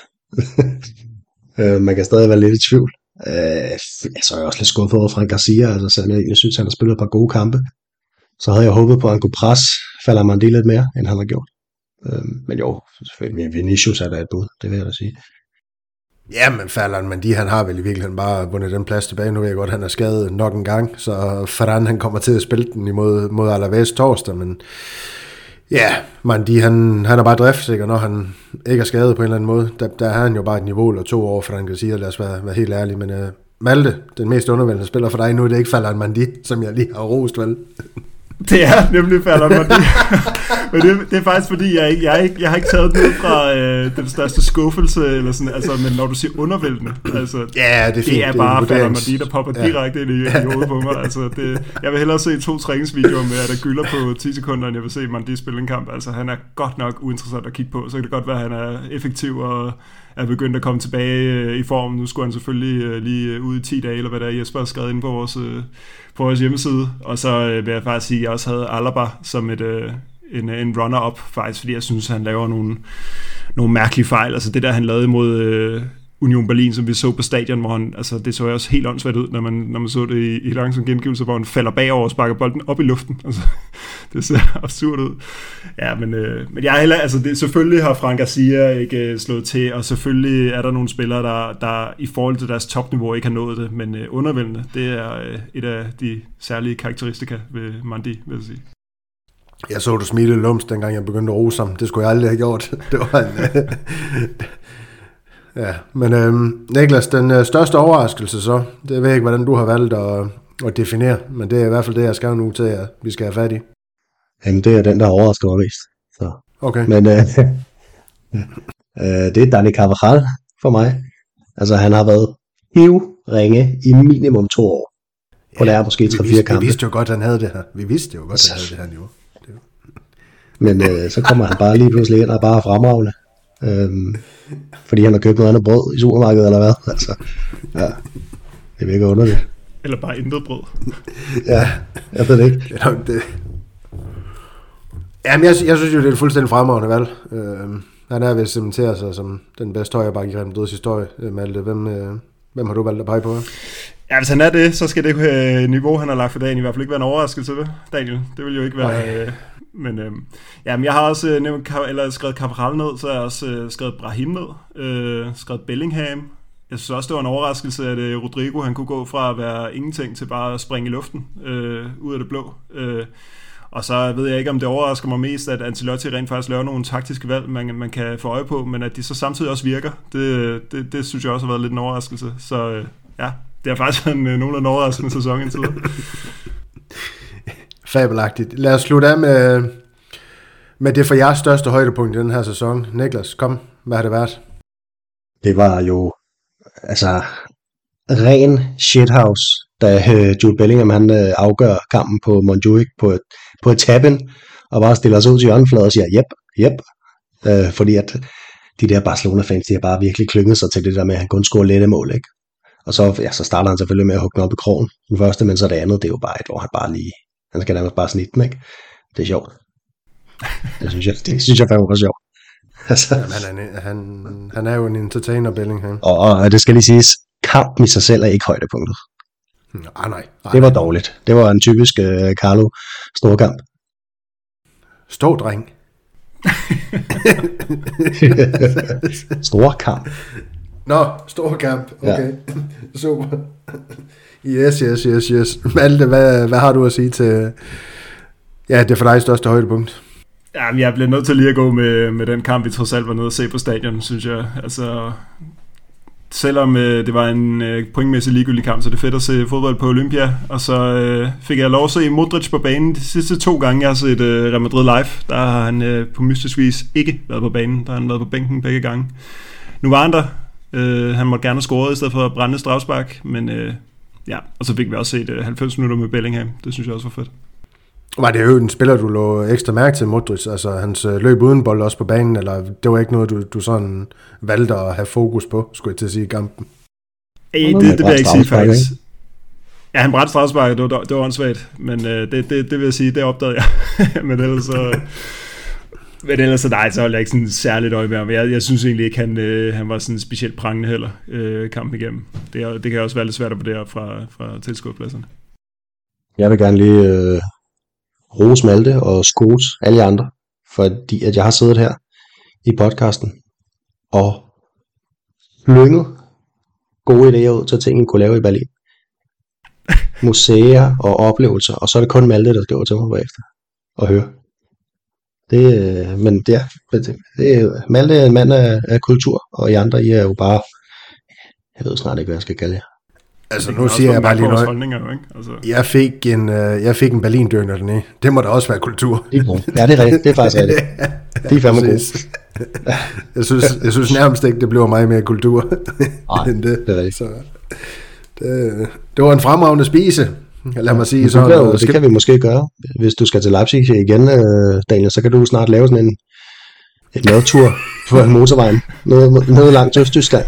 øh, man kan stadig være lidt i tvivl. Øh, så er jeg også lidt skuffet over Frank Garcia. Altså, så jeg, jeg synes, han har spillet et par gode kampe. Så havde jeg håbet på, at han kunne presse falder man det lidt mere, end han har gjort. Øh, men jo, selvfølgelig Vinicius er der et bud, det vil jeg da sige. Ja, men Ferland Mendy, han har vel i virkeligheden bare vundet den plads tilbage. Nu ved jeg godt, han er skadet nok en gang, så Ferran, han kommer til at spille den imod mod Alaves torsdag, men ja, Mendy, han, han er bare driftsikker, når han ikke er skadet på en eller anden måde. Der, der har han jo bare et niveau eller to over, for han kan sige, lad os være, være helt ærlig, men uh, Malte, den mest undervældende spiller for dig nu, det er ikke Ferland Mendy, som jeg lige har rost, vel? Det er nemlig Ferland Mondi. Men det, det er faktisk fordi, jeg, ikke, jeg, ikke, jeg har ikke taget det ud fra øh, den største skuffelse, eller sådan, altså, men når du siger undervældende, altså, ja, det er, fint, det er det bare er Ferland Mondi, der popper ja. direkte ind i, i hovedet på mig. Altså, det, jeg vil hellere se to træningsvideoer med, at der gylder på ti sekunder, end jeg vil se Mondi spille en kamp. Altså, han er godt nok uinteressant at kigge på, så kan det godt være, at han er effektiv og er begyndt at komme tilbage i form. Nu skulle han selvfølgelig lige ud i ti dage, eller hvad der er, Jesper har skrevet inde på vores, på vores hjemmeside. Og så vil jeg faktisk sige, at jeg også havde Alaba som et, en, en runner-up, faktisk, fordi jeg synes, at han laver nogle, nogle mærkelige fejl. Altså det der, han lavede mod Union Berlin, som vi så på stadion, hvor han, altså det så også helt åndssvagt ud, når man, når man så det i, i langsom gengivelse, hvor han falder bagover og sparker bolden op i luften. Altså, det ser absurd ud. Ja, men, øh, men jeg er heller, altså det, selvfølgelig har Fran Garcia ikke øh, slået til, og selvfølgelig er der nogle spillere, der, der i forhold til deres topniveau ikke har nået det, men øh, undervældende, det er øh, et af de særlige karakteristika ved Mondi, vil jeg sige. Jeg så du smile lumst, dengang jeg begyndte at rose ham. Det skulle jeg aldrig have gjort. Det var en... Ja, men øhm, Niklas, den øh, største overraskelse så, det ved jeg ikke, hvordan du har valgt at, at definere, men det er i hvert fald det, jeg skal nu til, at vi skal have fat i. Jamen, det er den, der overrasker mig mest. Så. Okay. Men øh, øh, det er Dani Carvajal for mig. Altså, han har været hivringe i minimum to år. På ja, det er måske tre-fire kampe. Vi vidste jo godt, han havde det her. Vi vidste jo godt, så. han havde det her niveau. Det men øh, så kommer han bare lige pludselig ind og bare er fremragende. Øhm, fordi han har købt noget andet brød i supermarkedet eller hvad, altså ja, det virker underligt. Eller bare intet brød. Ja, jeg ved det ikke. Det er nok det. Jamen, jeg, jeg synes jo, det er et fuldstændig fremragende valg. Øhm, han er ved at cementere sig som den bedste højreback i Real Madrids historie. Malte, hvem, øh, hvem har du valgt at pege på? Ja, hvis han er det, så skal det øh, niveau, han har lagt for dagen, i hvert fald ikke være en overraskelse, Daniel. Det vil jo ikke være... Øh, men øh, ja, men jeg har også øh, nævnt, eller skrevet Cabral ned, så har jeg også øh, skrevet Brahim ned, øh, skrevet Bellingham. Jeg synes også, det var en overraskelse, at øh, Rodrigo han kunne gå fra at være ingenting til bare at springe i luften øh, ud af det blå. Øh, og så ved jeg ikke, om det overrasker mig mest, at Ancelotti rent faktisk laver nogle taktiske valg, man, man kan få øje på, men at de så samtidig også virker. Det, det, det synes jeg også har været lidt en overraskelse. Så øh, ja, det har faktisk været en, nogen af en overraskende sæson indtil. Fabelagtigt. Lad os slutte af med, med det for jeres største højdepunkt i den her sæson. Niklas, kom. Hvad har det været? Det var jo altså ren shithouse, da øh, Jude Bellingham han øh, afgør kampen på Montjuic på et, på et tap-in, og bare stiller sig ud til hjørnefladen og siger, jep, jep. Øh, fordi at de der Barcelona-fans, de har bare virkelig klynget sig til det der med, at han kun scorer lette mål, ikke? Og så, ja, så starter han selvfølgelig med at hugge den op i krogen. Den første, men så det andet, det er jo bare et, hvor han bare lige, han skal nærmest bare snitte den, ikke? Det er sjovt. Det synes jeg, det synes jeg faktisk var sjovt. Altså. Jamen, han, er, han, han er jo en entertainer, Bellingham. Og, og det skal lige siges, kampen i sig selv er ikke højdepunktet. Nej, nej. nej. Det var dårligt. Det var en typisk uh, Carlo storkamp. Stor dreng. Stor kamp. Nå, stor kamp. Okay. Ja. Super. Yes, yes, yes, yes. Malte, hvad, hvad har du at sige til... Ja, det er for dig største højdepunkt. Jamen, jeg bliver nødt til lige at gå med, med den kamp, vi trods alt var nede at se på stadion, synes jeg. Altså, selvom øh, det var en øh, pointmæssig ligegyldig kamp, så det er fedt at se fodbold på Olympia. Og så øh, fik jeg lov at se Modric på banen de sidste to gange, jeg har set øh, Real Madrid live. Der har han øh, på mystisk vis ikke været på banen. Der har han været på bænken begge gange. Nu var han der. Øh, han måtte gerne have scoret i stedet for at brænde strafspark, men øh, ja, og så fik vi også set øh, halvfems minutter med Bellingham. Det synes jeg også var fedt. Var det jo en spiller, du lå ekstra mærke til, Modric? Altså hans løb uden bold også på banen, eller det var ikke noget, du, du sådan valgte at have fokus på, skulle jeg til at sige, i kampen? Ej, det, det vil jeg ikke sige, faktisk. Ja, han brændte strafsparket, det var, det var åndssvagt, men øh, det, det, det vil jeg sige, det opdagede jeg. men ellers så... Men ellers så nej, så holdt jeg ikke sådan særligt øje med ham. Jeg, jeg synes egentlig ikke, han, øh, han var sådan specielt prangende heller øh, kampen igennem. Det, er, det kan også være lidt svært at vurdere fra, fra tilskuerpladserne. Jeg vil gerne lige øh, rose Malte og skose alle jer andre, fordi at jeg har siddet her i podcasten og slynget gode idéer ud til ting, I kunne lave i Berlin. Museer og oplevelser, og så er det kun Malte, der skriver til mig bagefter og høre. Det, men det er, det, det, Malte er en mand af, af kultur, og I andre, I er jo bare, jeg ved snart ikke, hvad jeg skal kalde jer. Altså nu siger jeg bare lige noget. Altså. Jeg fik en, øh, jeg fik en Berlin-døner dernede. Det må da også være kultur. Ja, det er rigtigt. Det er faktisk rigtigt. Det er fandme godt. jeg, synes, jeg synes nærmest ikke, det bliver meget mere kultur. Nej, end det. det er rigtigt. Så, det, det var en fremragende spise. Lad mig sige det, sådan. Det, det kan vi måske gøre. Hvis du skal til Leipzig igen, Daniel, så kan du snart lave sådan en et madtur på motorvejen. Noget, noget langt til Østtyskland.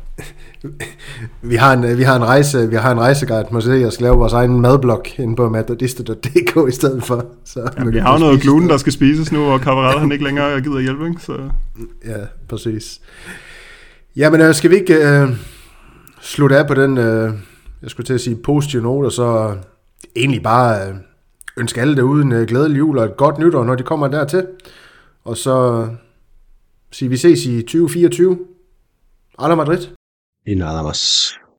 Vi har en vi har en rejse, vi har en rejseguide. Måske jeg skal lave vores egen madblog inde på madodister punktum d k i stedet for. Så ja, vi har noget gluten, der skal spises nu, og Kammerat han ikke længere gider hjælpe, ikke? Så ja, præcis. Jamen, øh, skal vi ikke øh, slutte af på den øh, jeg skulle til at sige positive note, og så egentlig bare øh, ønske alle derude en øh, glædelig jul og et godt nytår, når de kommer dertil. Og så sige, vi ses i tyve fireogtyve. Alla Madrid. Y nada más.